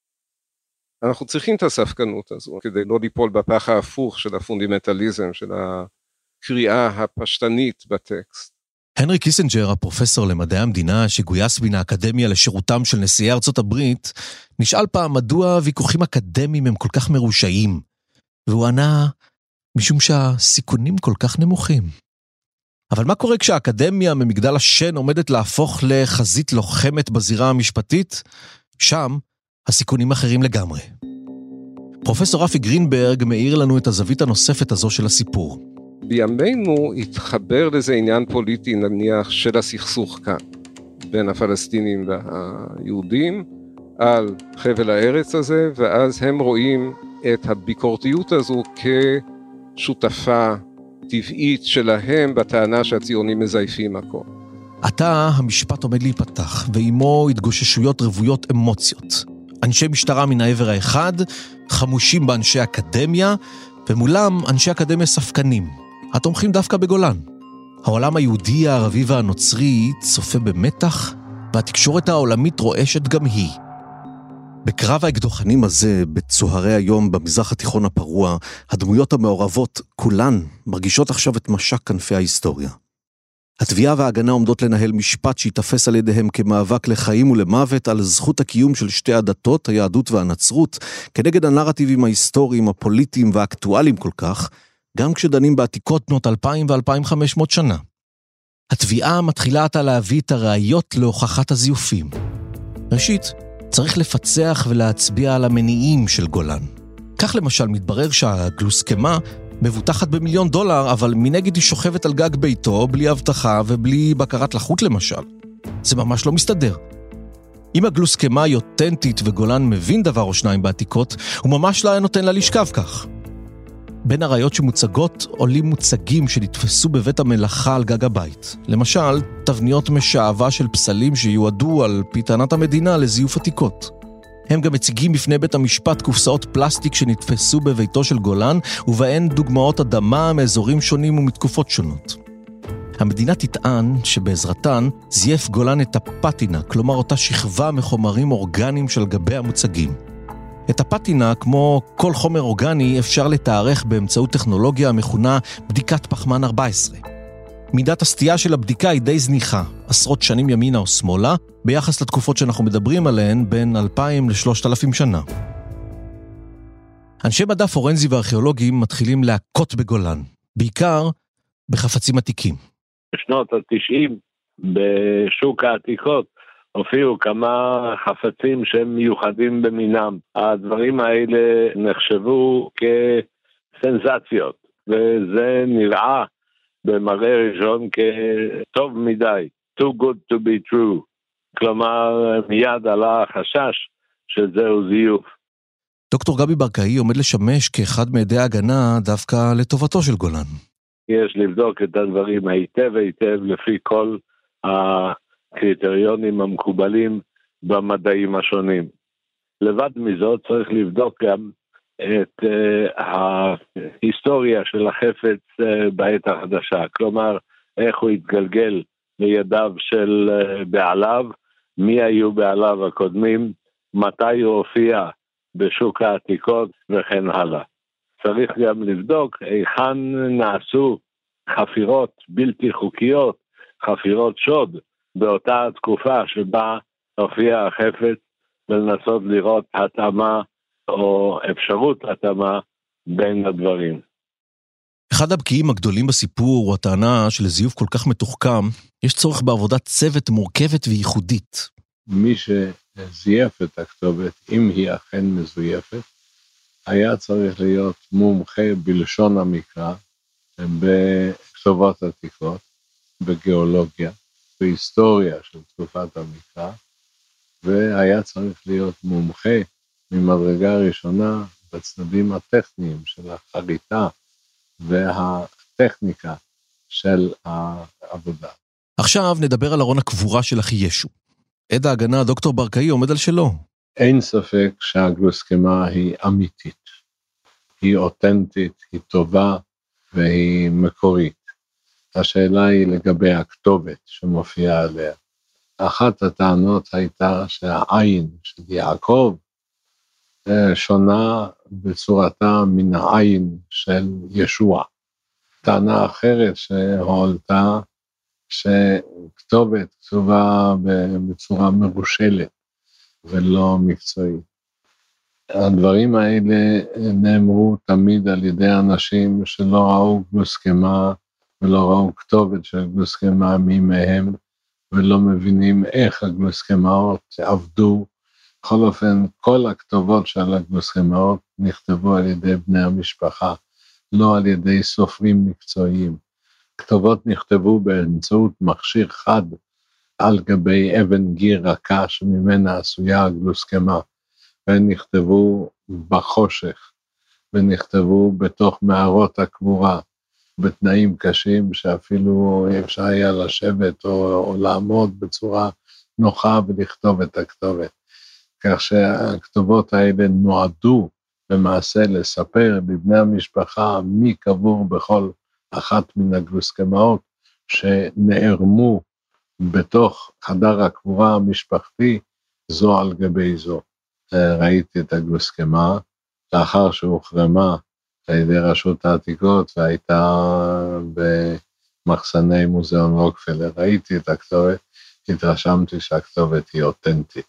אנחנו צריכים את הספקנות הזו, כדי לא ליפול בפח ההפוך של הפונדמנטליזם, של הקריאה הפשטנית בטקסט. הנרי קיסינג'ר, הפרופסור למדעי המדינה שגויס מן האקדמיה לשירותם של נשיאי ארצות הברית, נשאל פעם מדוע ויכוחים אקדמיים הם כל כך מרושעים, והוא ענה, משום שהסיכונים כל כך נמוכים. אבל מה קורה כשהאקדמיה ממגדל השן עומדת להפוך לחזית לוחמת בזירה המשפטית? שם הסיכונים אחרים לגמרי. פרופסור רפי גרינברג מאיר לנו את הזווית הנוספת הזו של הסיפור. בימינו התחבר לזה עניין פוליטי נניח של הסכסוך כאן, בין הפלסטינים והיהודים על חבל הארץ הזה, ואז הם רואים את הביקורתיות הזו כשותפה טבעית שלהם בטענה שהציונים מזייפים הכל. עתה המשפט עומד להיפתח, ועימו התגוששויות רוויות אמוציות. אנשי משטרה מן העבר האחד, חמושים באנשי אקדמיה, ומולם אנשי אקדמיה ספקנים, התומכים דווקא בגולן. העולם היהודי, הערבי והנוצרי צופה במתח, והתקשורת העולמית רועשת גם היא. בקרב האקדוחנים הזה, בצוהרי היום במזרח התיכון הפרוע, הדמויות המעורבות, כולן, מרגישות עכשיו את משק כנפי ההיסטוריה. התביעה וההגנה עומדות לנהל משפט שיתפס על ידיהם כמאבק לחיים ולמוות על זכות הקיום של שתי הדתות, היהדות והנצרות, כנגד הנרטיבים ההיסטוריים, הפוליטיים והאקטואליים כל כך, גם כשדנים בעתיקות בנות אלפיים ואלפיים וחמש מאות שנה. התביעה מתחילה עתה להביא את הראיות להוכחת הזיופים. ראשית, צריך לפצח ולהצביע על המניעים של גולן. כך למשל מתברר שהגלוסקמה מבוטחת במיליון דולר, אבל מנגד היא שוכבת על גג ביתו בלי הבטחה ובלי בקרת לחות למשל. זה ממש לא מסתדר. אם הגלוסקמה היא אותנטית וגולן מבין דבר או שניים בעתיקות, הוא ממש לא היה נותן לה לשכב כך. בין הראיות שמוצגות עולים מוצגים שנתפסו בבית המלאכה על גג הבית. למשל, תבניות משאבה של פסלים שיועדו על פי טענת המדינה לזיוף עתיקות. הם גם מציגים בפני בית המשפט קופסאות פלסטיק שנתפסו בביתו של גולן, ובהן דוגמאות אדמה מאזורים שונים ומתקופות שונות. המדינה תטען שבעזרתן זייף גולן את הפטינה, כלומר אותה שכבה מחומרים אורגניים של גבי המוצגים. את הפטינה, כמו כל חומר אורגני, אפשר לתארך באמצעות טכנולוגיה המכונה בדיקת פחמן ארבע עשרה. מידת הסטייה של הבדיקה היא די זניחה, עשרות שנים ימינה או שמאלה, ביחס לתקופות שאנחנו מדברים עליהן בין אלפיים ל-שלושת אלפים שנה. אנשי מדע פורנזי וארכיאולוגים מתחילים להכות בגולן, בעיקר בחפצים עתיקים. בשנות ה-תשעים בשוק העתיקות הופיעו כמה חפצים שהם מיוחדים במינם. הדברים האלה נחשבו כסנסציות, וזה נראה במראה ראשון כטוב מדי, too good to be true. כלומר, מיד עלה החשש שזהו זיוף. דוקטור גבי ברקאי עומד לשמש כאחד מעדי ההגנה דווקא לטובתו של גולן. יש לבדוק את הדברים היטב היטב לפי כל הקריטריונים המקובלים במדעים השונים. לבד מזאת צריך לבדוק גם את uh, ההיסטוריה של החפץ uh, בעת החדשה. כלומר, איך הוא התגלגל לידיו של uh, בעליו, מי היו בעליו הקודמים, מתי הוא הופיע בשוק העתיקות וכן הלאה. צריך גם לבדוק היכן נעשו חפירות בלתי חוקיות, חפירות שוד, באותה תקופה שבה הופיע החפץ, ולנסות לראות התאמה או אפשרות התאמה בין הדברים. אחד הבקיעים הגדולים בסיפור הוא הטענה שלזיוף כל כך מתוחכם, יש צורך בעבודת צוות מורכבת וייחודית. מי שזייף את הכתובת, אם היא אכן מזויפת, היה צריך להיות מומחה בלשון המקרא, בכתובות עתיקות, בגיאולוגיה, בהיסטוריה של תקופת המקרא, והיה צריך להיות מומחה ממדרגה ראשונה בצדדים הטכניים של החריטה והטכניקה של העבודה. עכשיו נדבר על ארון הקבורה של אחי ישו. עד ההגנה דוקטור ברקאי עומד על שלו. אין ספק שהגלוסקמה היא אמיתית, היא אותנטית, היא טובה והיא מקורית. השאלה היא לגבי הכתובת שמופיעה עליה. אחת הטענות הייתה שהעין של יעקב שונה בצורתה מן העין של ישוע. טענה אחרת שהועלתה שכתובת כתובה בצורה מרושלת ולא מקצועית. הדברים האלה נאמרו תמיד על ידי אנשים שלא ראו גלוסקמה ולא ראו כתובת של גלוסקמה מימיהם, ולא מבינים איך הגלוסקמאות עבדו. בכל אופן, כל הכתובות של הגלוסקמאות נכתבו על ידי בני המשפחה, לא על ידי סופרים מקצועיים. כתובות נכתבו באמצעות מכשיר חד על גבי אבן גיר רכה שממנה עשויה הגלוסקמה, והן נכתבו בחושך, ונכתבו בתוך מערות הקבורה, בתנאים קשים שאפילו אפשר היה לשבת או, או לעמוד בצורה נוחה ולכתוב את הכתובת. כך שהכתובות האלה נועדו למעשה לספר לבני המשפחה מי קבור בכל אחת מן הגלוסקמאות שנערמו בתוך חדר הקבורה המשפחתי זו על גבי זו. ראיתי את הגלוסקמה לאחר שהוחרמה על ידי רשות העתיקות והייתה במחסני מוזיאון רוקפלר. ראיתי את הכתובת, התרשמתי שהכתובת היא אותנטית.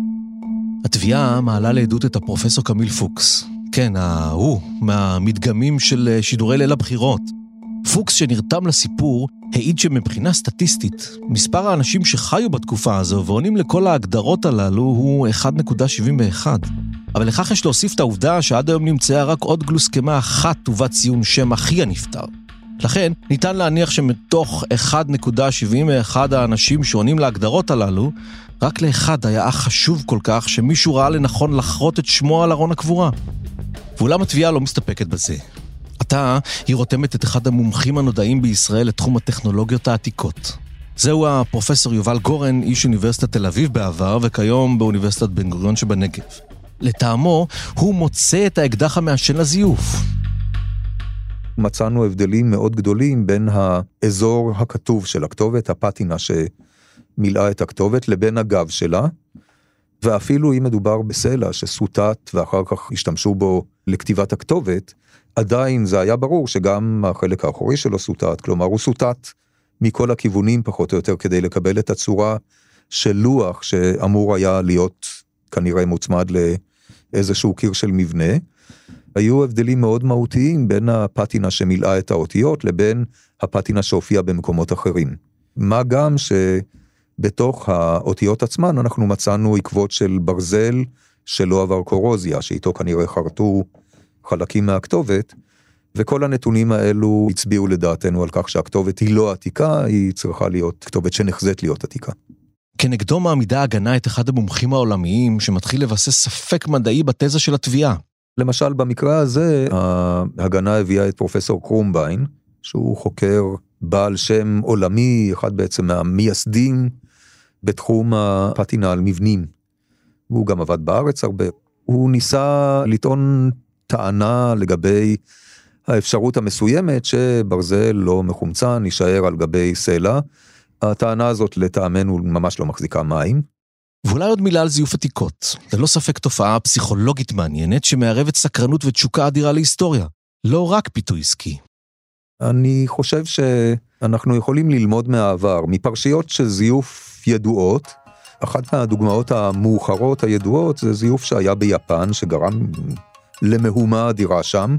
התביעה מעלה לעדות את הפרופסור קמיל פוקס. כן, הוא, מהמדגמים של שידורי ליל הבחירות. פוקס שנרתם לסיפור העיד שמבחינה סטטיסטית, מספר האנשים שחיו בתקופה הזו ועונים לכל ההגדרות הללו הוא אחד נקודה שבעים ואחת. אבל לכך יש להוסיף את העובדה שעד היום נמצאה רק עוד גלוסקמה אחת ובת ציון שם אחי הנפטר. לכן ניתן להניח שמתוך אחד נקודה שבעים ואחת האנשים שעונים להגדרות הללו, רק לאחד היה אח חשוב כל כך שמישהו ראה לנכון לחרות את שמו על ארון הקבורה. ואולם התביעה לא מסתפקת בזה. עתה היא רותמת את אחד המומחים הנודעים בישראל לתחום הטכנולוגיות העתיקות. זהו הפרופסור יובל גורן, איש אוניברסיטת תל אביב בעבר וכיום באוניברסיטת בן גוריון שבנגב. לטעמו, הוא מוצא את האקדח המעשן לזיוף. מצאנו הבדלים מאוד גדולים בין האזור הכתוב של הכתובת, הפטינה שמילאה את הכתובת, לבין הגב שלה, ואפילו אם מדובר בסלע שסוטט ואחר כך השתמשו בו לכתיבת הכתובת, עדיין זה היה ברור שגם החלק האחורי שלו סוטט, כלומר הוא סוטט מכל הכיוונים פחות או יותר כדי לקבל את הצורה של לוח שאמור היה להיות כנראה מוצמד לאיזשהו קיר של מבנה. היו הבדלים מאוד מהותיים בין הפטינה שמילאה את האותיות לבין הפטינה שהופיעה במקומות אחרים. מה גם שבתוך האותיות עצמן אנחנו מצאנו עקבות של ברזל שלא עבר קורוזיה, שאיתו כנראה חרטו חלקים מהכתובת, וכל הנתונים האלו הצביעו לדעתנו על כך שהכתובת היא לא עתיקה, היא צריכה להיות כתובת שנחזת להיות עתיקה. כנגדו מעמידה הגנה את אחד המומחים העולמיים שמתחיל לבסס ספק מדעי בתזה של התביעה. למשל במקרה הזה, ההגנה הביאה את פרופסור קרומביין, שהוא חוקר בעל שם עולמי, אחד בעצם מהמייסדים בתחום הפטינה על מבנים. הוא גם עבד בארץ הרבה. הוא ניסה לטעון טענה לגבי האפשרות המסוימת שברזל לא מחומצן, נשאר על גבי סלע. הטענה הזאת לטעמנו ממש לא מחזיקה מים. ואולי עוד מילה על זיוף עתיקות. זה לא ספק תופעה פסיכולוגית מעניינת שמערבת סקרנות ותשוקה אדירה להיסטוריה. לא רק פיתוי עסקי. אני חושב שאנחנו יכולים ללמוד מהעבר, מפרשיות של זיוף ידועות. אחת מהדוגמאות המאוחרות הידועות זה זיוף שהיה ביפן, שגרם למהומה אדירה שם,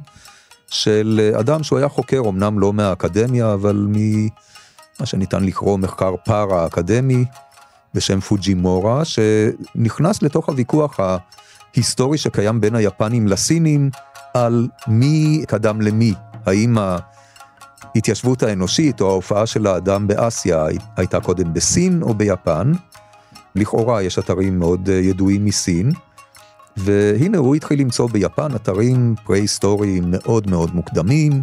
של אדם שהוא היה חוקר, אמנם לא מהאקדמיה, אבל ממה שניתן לקרוא מחקר פארה אקדמי, בשם פוג'ימורה, שנכנס לתוך הוויכוח ההיסטורי שקיים בין היפנים לסינים, על מי קדם למי, האם ההתיישבות האנושית או ההופעה של האדם באסיה הייתה קודם בסין או ביפן. לכאורה יש אתרים מאוד ידועים מסין, והנה הוא התחיל למצוא ביפן אתרים פרה-היסטוריים מאוד מאוד מוקדמים,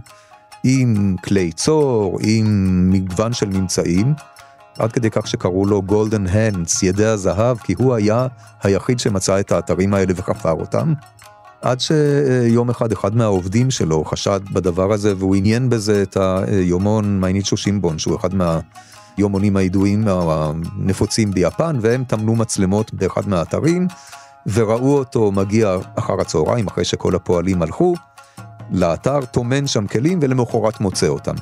עם כלי צור, עם מגוון של ממצאים, עד כדי כך שקראו לו גולדן הנדס, ידי הזהב, כי הוא היה היחיד שמצא את האתרים האלה וחפר אותם. עד שיום אחד, אחד מהעובדים שלו חשד בדבר הזה, והוא עניין בזה את היומון מייניצ'ו שימבון, שהוא אחד מהיומונים הידועים הנפוצים ביפן, והם תמנו מצלמות באחד מהאתרים, וראו אותו מגיע אחר הצהריים, אחרי שכל הפועלים הלכו, לאתר, תומן שם כלים, ולמחרת מוצא אותם.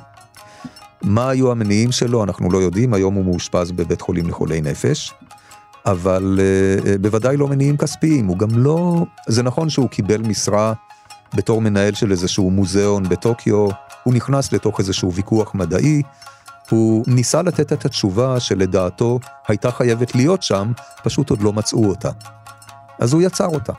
מה היו המניעים שלו, אנחנו לא יודעים, היום הוא מאושפז בבית חולים לחולי נפש, אבל uh, בוודאי לא מניעים כספיים, הוא גם לא, זה נכון שהוא קיבל משרה בתור מנהל של איזשהו מוזיאון בטוקיו, הוא נכנס לתוך איזשהו ויכוח מדעי, הוא ניסה לתת את התשובה שלדעתו הייתה חייבת להיות שם, פשוט עוד לא מצאו אותה. אז הוא יצר אותה.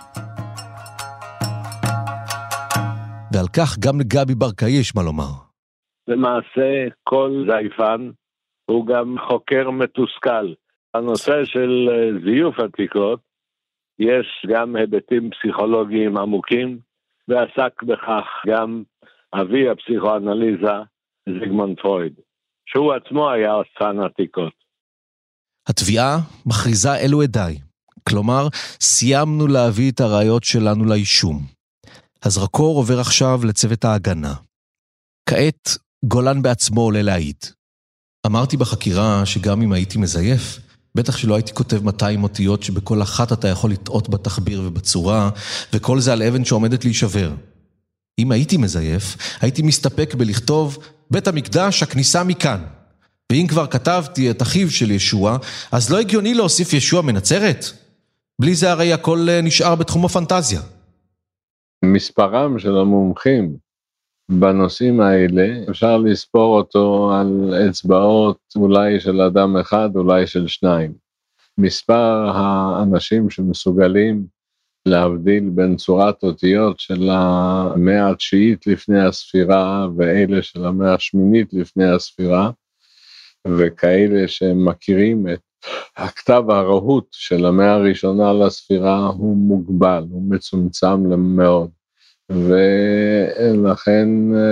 ועל כך גם לגבי ברקאי יש מה לומר. למעשה כל זייפן הוא גם חוקר מתוסכל. הנושא של זיוף עתיקות יש גם היבטים פסיכולוגיים עמוקים, ועסק בכך גם אבי הפסיכואנליזה זיגמונד פרויד, שהוא עצמו היה עשן עתיקות. התביעה מכריזה אלו עדיי, כלומר סיימנו להביא את הראיות שלנו לאישום. הזרקור עובר עכשיו לצוות ההגנה. כעת גולן בעצמו עולה להעיד. אמרתי בחקירה שגם אם הייתי מזייף, בטח שלא הייתי כותב מאתיים אותיות שבכל אחת אתה יכול לטעות בתחביר ובצורה, וכל זה על אבן שעומדת להישבר. אם הייתי מזייף, הייתי מסתפק בלכתוב בית המקדש הכניסה מכאן. ואם כבר כתבתי את אחיו של ישוע, אז לא הגיוני להוסיף ישוע מנצרת? בלי זה הרי הכל נשאר בתחום הפנטזיה. מספרם של המומחים בנושאים האלה, אפשר לספור אותו על אצבעות אולי של אדם אחד, אולי של שניים. מספר האנשים שמסוגלים להבדיל בין צורת אותיות של המאה התשיעית לפני הספירה, ואלה של המאה השמינית לפני הספירה, וכאלה שמכירים את הכתב הרהוט של המאה הראשונה לספירה, הוא מוגבל, הוא מצומצם מאוד. ולכן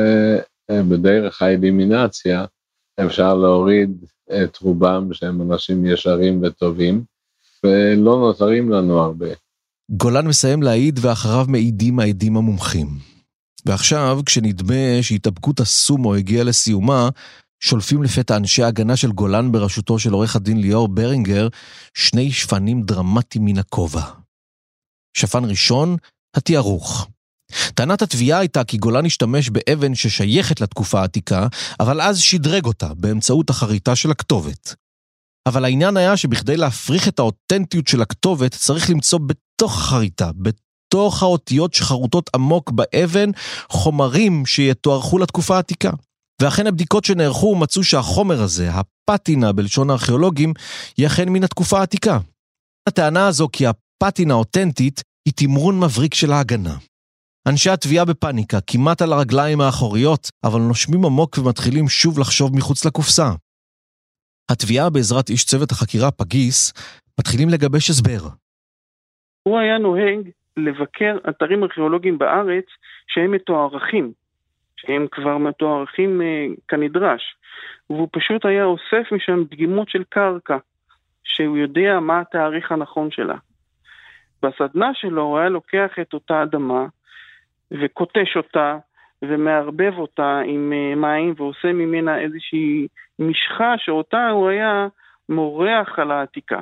בדרך האלימינציה אפשר להוריד את רובם שהם אנשים ישרים וטובים, ולא נותרים לנו הרבה. גולן מסיים להעיד ואחריו מעידים העדים המומחים. ועכשיו, כשנדמה שהתאבקות הסומו הגיעה לסיומה, שולפים לפתע אנשי ההגנה של גולן בראשותו של עורך הדין ליאור ברינגר, שני שפנים דרמטיים מן הכובע. שפן ראשון, התיארוך. טענת התביעה הייתה כי גולן השתמש באבן ששייכת לתקופה העתיקה, אבל אז שדרג אותה באמצעות החריטה של הכתובת. אבל העניין היה שבכדי להפריך את האותנטיות של הכתובת, צריך למצוא בתוך החריטה, בתוך האותיות שחרוטות עמוק באבן, חומרים שיתוארכו לתקופה העתיקה. ואכן הבדיקות שנערכו מצאו שהחומר הזה, הפטינה בלשון הארכיאולוגים, היא אכן מן התקופה העתיקה. הטענה הזו כי הפטינה האותנטית היא תמרון מבריק של ההגנה. אנשי התביעה בפניקה, כמעט על הרגליים האחוריות, אבל נושמים עמוק ומתחילים שוב לחשוב מחוץ לקופסה. התביעה בעזרת איש צוות החקירה פגיס, מתחילים לגבש הסבר. הוא היה נוהג לבקר אתרים ארכיאולוגיים בארץ שהם מתוארכים, שהם כבר מתוארכים uh, כנדרש, והוא פשוט היה אוסף משם דגימות של קרקע, שהוא יודע מה התאריך הנכון שלה. בסדנה שלו הוא היה לוקח את אותה אדמה, וקוטש אותה, ומערבב אותה עם uh, מים, ועושה ממנה איזושהי משחה שאותה הוא היה מורח על העתיקה.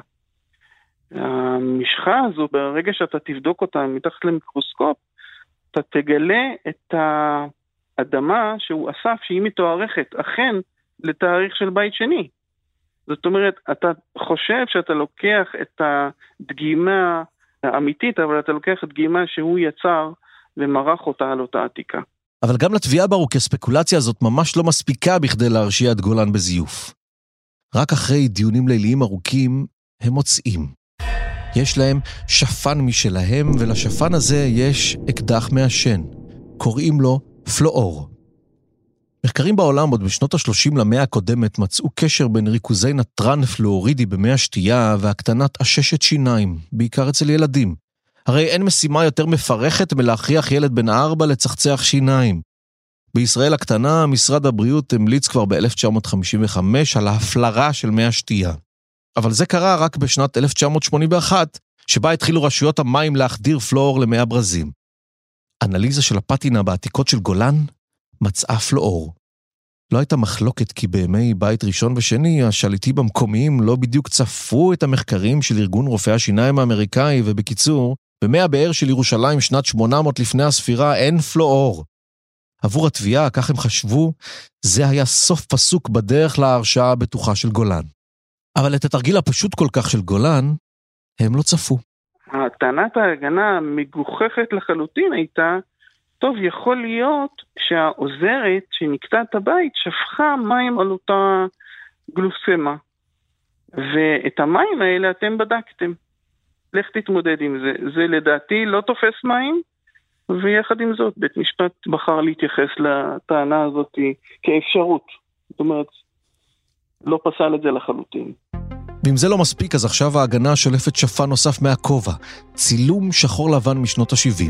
המשחה הזו, ברגע שאתה תבדוק אותה מתחת למיקרוסקופ, אתה תגלה את האדמה שהוא אסף, שהיא מתוארכת, אכן, לתאריך של בית שני. זאת אומרת, אתה חושב שאתה לוקח את הדגימה האמיתית, אבל אתה לוקח את הדגימה שהוא יצר, ומרח אותה על אותה עתיקה. אבל גם לתביעה ברור כי הספקולציה הזאת ממש לא מספיקה בכדי להרשיע את גולן בזיוף. רק אחרי דיונים ליליים ארוכים, הם מוצאים. יש להם שפן משלהם, ולשפן הזה יש אקדח מעשן. קוראים לו פלואור. מחקרים בעולם עוד בשנות ה-שלושים למאה הקודמת מצאו קשר בין ריכוזי נטרן פלואורידי במי השתייה והקטנת עששת שיניים, בעיקר אצל ילדים. הרי אין משימה יותר מפרכת מלהכריח ילד בן ארבע לצחצח שיניים. בישראל הקטנה, משרד הבריאות המליץ כבר ב-אלף תשע מאות חמישים וחמש על ההפלרה של מי השתייה. אבל זה קרה רק בשנת אלף תשע מאות שמונים ואחת, שבה התחילו רשויות המים להחדיר פלואור למי הברזים. אנליזה של הפטינה בעתיקות של גולן מצאה פלואור. לא הייתה מחלוקת כי בימי בית ראשון ושני, השליטים המקומיים לא בדיוק צפו את המחקרים של ארגון רופאי השיניים האמריקאי, ובקיצור, במי הבאר של ירושלים שנת שמונה מאות לפני הספירה אין פלואור. עבור התביעה, כך הם חשבו, זה היה סוף פסוק בדרך להרשעה הבטוחה של גולן. אבל את התרגיל הפשוט כל כך של גולן, הם לא צפו. הטענת ההגנה המגוחכת לחלוטין הייתה, טוב, יכול להיות שהעוזרת שנקטה את הבית שפכה מים על אותה גלוסמה. ואת המים האלה אתם בדקתם. לך תתמודד עם זה. זה לדעתי לא תופס מים, ויחד עם זאת, בית משפט בחר להתייחס לטענה הזאת כאפשרות. זאת אומרת, לא פסל את זה לחלוטין. ואם זה לא מספיק, אז עכשיו ההגנה שולפת שפן נוסף מהכובע, צילום שחור לבן משנות ה-שבעים.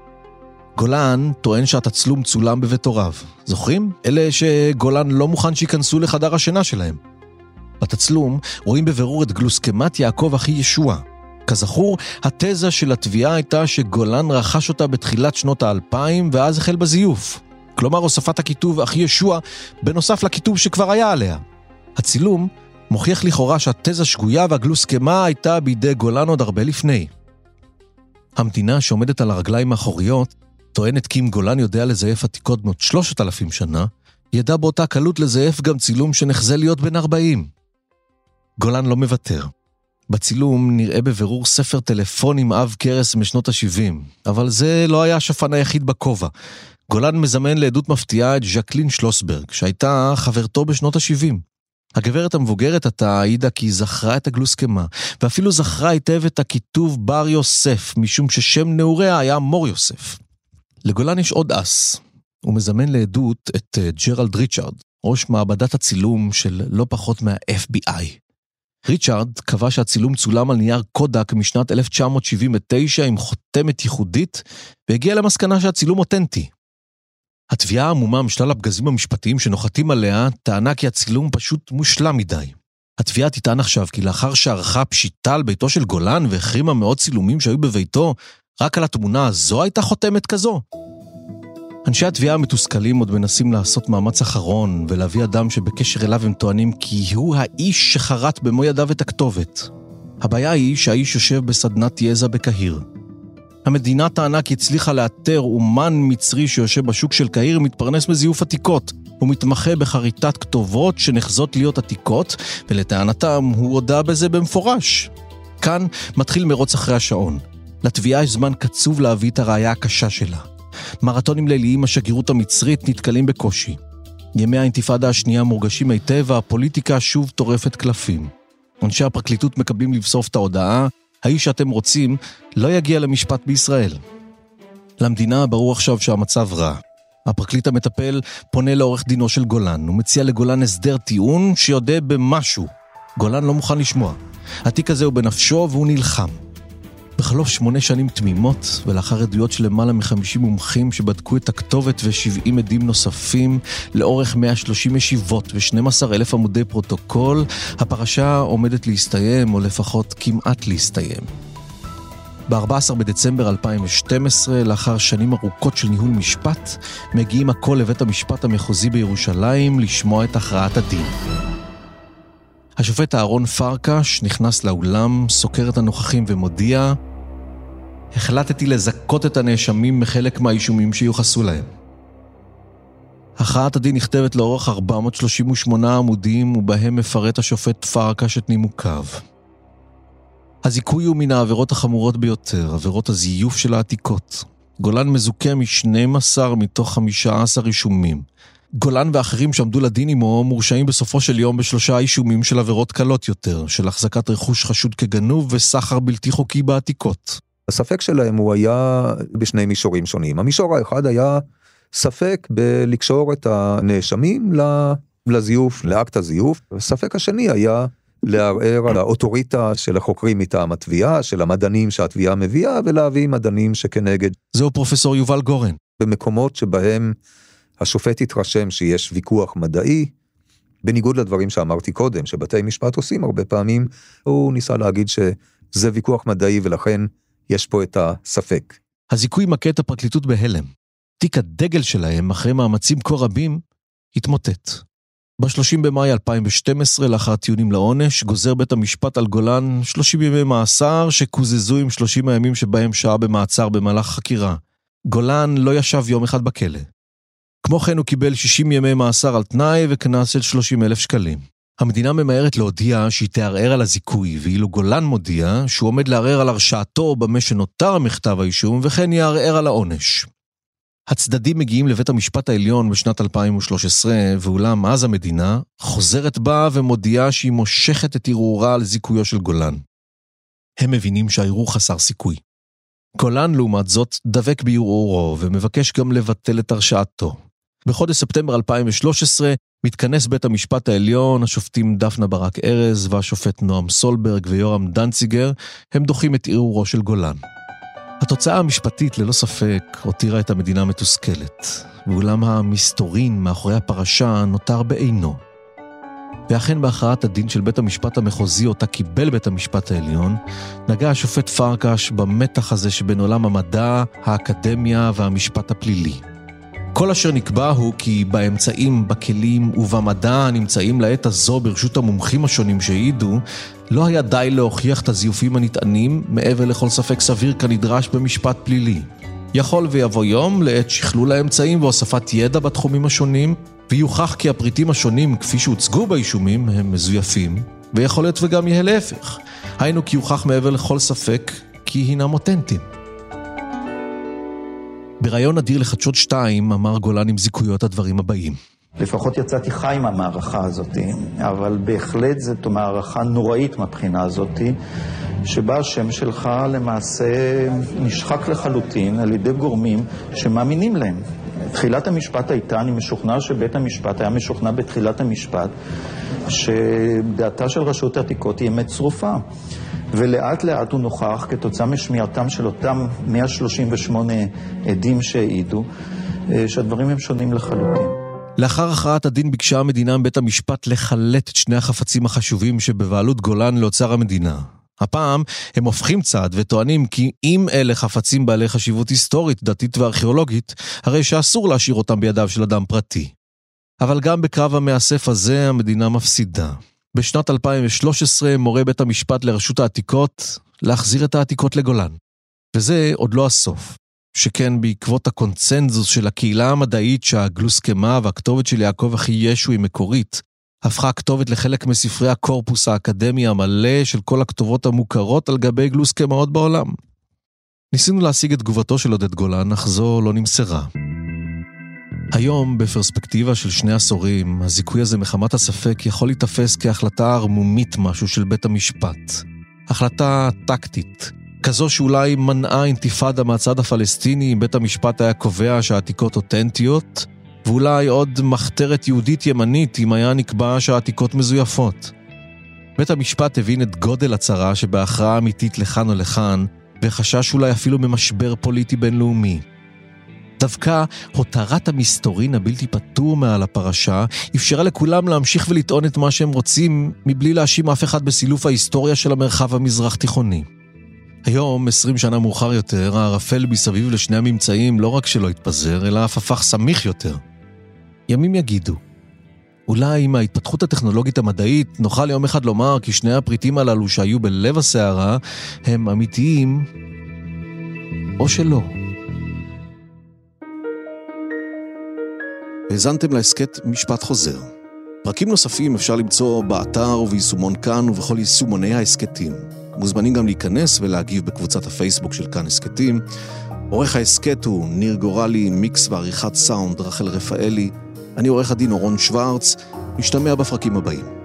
גולן טוען שהתצלום צולם בבית הוריו. זוכרים? אלה שגולן לא מוכן שיכנסו לחדר השינה שלהם. בתצלום רואים בבירור את גלוסקמת יעקב אחי ישוע. כזכור, התזה של התביעה הייתה שגולן רכש אותה בתחילת שנות האלפיים ואז החל בזיוף. כלומר, הוספת הכיתוב אחי ישוע בנוסף לכיתוב שכבר היה עליה. הצילום מוכיח לכאורה שהתזה שגויה והגלוסקמה הייתה בידי גולן עוד הרבה לפני. המדינה שעומדת על הרגליים האחוריות טוענת כי אם גולן יודע לזייף עתיקות בנות שלושת אלפים שנה, ידע באותה קלות לזייף גם צילום שנחזה להיות בן ארבעים. גולן לא מוותר. בצילום נראה בבירור ספר טלפונים אב קרס משנות ה-שבעים, אבל זה לא היה השפן היחיד בכובע. גולן מזמן לעדות מפתיעה את ז'קלין שלוסברג, שהייתה חברתו בשנות ה-שבעים. הגברת המבוגרת עתה העידה כי היא זכרה את הגלוסקמה, ואפילו זכרה היטב את הכיתוב בר יוסף, משום ששם נעוריה היה מור יוסף. לגולן יש עוד אס. הוא מזמן לעדות את ג'רלד ריצ'רד, ראש מעבדת הצילום של לא פחות מה-אף בי איי. ריצ'רד קבע שהצילום צולם על נייר קודק משנת אלף תשע מאות שבעים ותשע עם חותמת ייחודית, והגיע למסקנה שהצילום אותנטי. התביעה העמומה משלל הפגזים המשפטיים שנוחתים עליה טענה כי הצילום פשוט מושלם מדי. התביעה תטען עכשיו כי לאחר שערכה פשיטה על ביתו של גולן והחרימה מאות צילומים שהיו בביתו, רק על התמונה הזו הייתה חותמת כזו. אנשי התביעה המתוסכלים עוד מנסים לעשות מאמץ אחרון ולהביא אדם שבקשר אליו הם טוענים כי הוא האיש שחרט במו ידיו את הכתובת. הבעיה היא שהאיש יושב בסדנת יזע בקהיר. המדינה טענה כי הצליחה לאתר אומן מצרי שיושב בשוק של קהיר ומתפרנס מזיוף עתיקות. הוא מתמחה בחריטת כתובות שנחזות להיות עתיקות, ולטענתם הוא הודע בזה במפורש. כאן מתחיל מרוץ אחרי השעון. לתביעה יש זמן קצוב להביא את הראייה הקשה שלה. מרתונים ליליים השגרירות המצרית נתקלים בקושי. ימי האינתיפאדה השנייה מורגשים היטב והפוליטיקה שוב טורפת קלפים. אנשי הפרקליטות מקבלים לבסוף את ההודעה, האיש שאתם רוצים לא יגיע למשפט בישראל. למדינה ברור עכשיו שהמצב רע. הפרקליט המטפל פונה לעורך דינו של גולן, הוא מציע לגולן הסדר טיעון שיודע במשהו. גולן לא מוכן לשמוע. התיק הזה הוא בנפשו והוא נלחם. בחלוף שמונה שנים תמימות, ולאחר עדויות של למעלה מחמישים מומחים שבדקו את הכתובת ו-שבעים עדים נוספים, לאורך מאה ושלושים ישיבות ו-שנים עשר אלף עמודי פרוטוקול, הפרשה עומדת להסתיים, או לפחות כמעט להסתיים. ב-ארבעה עשר בדצמבר אלפיים ושתים עשרה, לאחר שנים ארוכות של ניהול משפט, מגיעים הכל לבית המשפט המחוזי בירושלים לשמוע את הכרעת הדין. השופט אהרון פרקש נכנס לאולם, סוקר את הנוכחים ומודיע, החלטתי לזכות את הנאשמים מחלק מהאישומים שיוחסו להם. הכרעת הדין נכתבת לאורך ארבע מאות שלושים ושמונה עמודים, ובהם מפרט השופט פרקש את נימוקיו. הזיכוי הוא מן העבירות החמורות ביותר, עבירות הזיוף של העתיקות. גולן מזוכה מ-שנים עשר מתוך חמישה עשר אישומים. גולן ואחרים שעמדו לדין עמו מורשעים בסופו של יום בשלושה אישומים של עבירות קלות יותר, של החזקת רכוש חשוד כגנוב וסחר בלתי חוקי בעתיקות. הספק שלהם הוא היה בשני מישורים שונים. המישור האחד היה ספק בלקשור את הנאשמים לזיוף, לאקט הזיוף. הספק השני היה לערער על האוטוריטה של החוקרים מטעם התביעה, של המדענים שהתביעה מביאה, ולהביא מדענים שכנגד. זהו פרופסור יובל גורן. במקומות שבהם השופט התרשם שיש ויכוח מדעי, בניגוד לדברים שאמרתי קודם, שבתי משפט עושים הרבה פעמים, הוא ניסה להגיד שזה ויכוח מדעי ולכן יש פה את הספק. הזיכוי מכה את הפרקליטות בהלם. תיק הדגל שלהם, אחרי מאמצים כה רבים, התמוטט. ב-שלושים במאי אלפיים ושתים עשרה, לאחר טיעונים לעונש, גוזר בית המשפט על גולן שלושים ימי מאסר שקוזזו עם שלושים הימים שבהם שעה במעצר במהלך חקירה. גולן לא ישב יום אחד בכלא. כמו כן הוא קיבל שישים ימי מאסר על תנאי וקנס של שלושים אלף שקלים. המדינה ממהרת להודיע שהיא תערער על הזיכוי, ואילו גולן מודיע שהוא עומד לערער על הרשעתו במה שנותר מכתב האישום, וכן יערער על העונש. הצדדים מגיעים לבית המשפט העליון בשנת אלפיים ושלוש עשרה, ואולם אז המדינה חוזרת בה ומודיעה שהיא מושכת את ערעורה על זיכויו של גולן. הם מבינים שהערעור חסר סיכוי. גולן לעומת זאת דבק בערעורו ומבקש גם לבטל את הרשעתו. בחודש ספטמבר אלפיים ושלוש עשרה מתכנס בית המשפט העליון, השופטים דפנה ברק ארז והשופט נועם סולברג ויורם דנציגר, הם דוחים את ערעורו של גולן. התוצאה המשפטית ללא ספק הותירה את המדינה מתוסכלת, ואולם המסתורין מאחורי הפרשה נותר בעינו. ואכן בהכרעת הדין של בית המשפט המחוזי אותה קיבל בית המשפט העליון, נגע השופט פרקש במתח הזה שבין עולם המדע, האקדמיה והמשפט הפלילי. כל אשר נקבע הוא כי באמצעים, בכלים ובמדע הנמצאים לעת הזו ברשות המומחים השונים שהעידו, לא היה די להוכיח את הזיופים הנטענים מעבר לכל ספק סביר כנדרש במשפט פלילי. יכול ויבוא יום לעת שכלול האמצעים והוספת ידע בתחומים השונים, ויוכח כי הפריטים השונים כפי שהוצגו באישומים הם מזויפים, ויכול להיות וגם יהיה להפך. היינו כי יוכח מעבר לכל ספק כי הינם אותנטיים. ברעיון אדיר לחדשות שתיים אמר גולן עם זיכויות הדברים הבאים. לפחות יצאתי חי מהמערכה הזאת, אבל בהחלט זאת מערכה נוראית מבחינה הזאת, שבה השם שלך למעשה נשחק לחלוטין על ידי גורמים שמאמינים להם. תחילת המשפט הייתה, אני משוכנע שבית המשפט היה משוכנע בתחילת המשפט, שדעתה של רשות העתיקות היא אמת צרופה. ולאט לאט הוא נוכח כתוצאה משמיעתם של אותם מאה שלושים ושמונה עדים שהעידו, שהדברים הם שונים לחלוטין. לאחר הכרעת הדין ביקשה המדינה מבית המשפט לחלט את שני החפצים החשובים שבבעלות גולן לאוצר המדינה. הפעם הם הופכים צעד וטוענים כי אם אלה חפצים בעלי חשיבות היסטורית, דתית וארכיאולוגית, הרי שאסור להשאיר אותם בידיו של אדם פרטי. אבל גם בקרב המאסף הזה המדינה מפסידה. בשנת אלפיים ושלוש עשרה מורה בית המשפט לרשות העתיקות להחזיר את העתיקות לגולן. וזה עוד לא הסוף. שכן בעקבות הקונצנזוס של הקהילה המדעית שהגלוסקמה והכתובת של יעקב אחי ישו היא מקורית, הפכה הכתובת לחלק מספרי הקורפוס האקדמי המלא של כל הכתובות המוכרות על גבי גלוסקמאות בעולם. ניסינו להשיג את תגובתו של עודד גולן, אך זו לא נמסרה. היום, בפרספקטיבה של שני עשורים, הזיכוי הזה מחמת הספק יכול להתאפס כהחלטה ערמומית משהו של בית המשפט. החלטה טקטית, כזו שאולי מנעה אינתיפאדה מהצד הפלסטיני אם בית המשפט היה קובע שהעתיקות אותנטיות, ואולי עוד מחתרת יהודית ימנית אם היה נקבע שהעתיקות מזויפות. בית המשפט הבין את גודל הצרה שבהכרעה אמיתית לכאן או לכאן, וחשש אולי אפילו ממשבר פוליטי בינלאומי. דווקא הותרת המסתורין הבלתי פטור מעל הפרשה אפשרה לכולם להמשיך ולטעון את מה שהם רוצים מבלי להאשים אף אחד בסילוף ההיסטוריה של המרחב המזרח תיכוני. היום, עשרים שנה מאוחר יותר, הערפל מסביב לשני הממצאים לא רק שלא התפזר, אלא אף הפך סמיך יותר. ימים יגידו. אולי עם ההתפתחות הטכנולוגית המדעית נוכל יום אחד לומר כי שני הפריטים הללו שהיו בלב הסערה הם אמיתיים או שלא. האזנתם להסכת משפט חוזר. פרקים נוספים אפשר למצוא באתר וביישומון כאן ובכל יישומוני ההסכתים. מוזמנים גם להיכנס ולהגיב בקבוצת הפייסבוק של כאן הסכתים. עורך ההסכת הוא ניר גורלי, מיקס ועריכת סאונד רחל רפאלי. אני עורך הדין אורון שוורץ, משתמע בפרקים הבאים.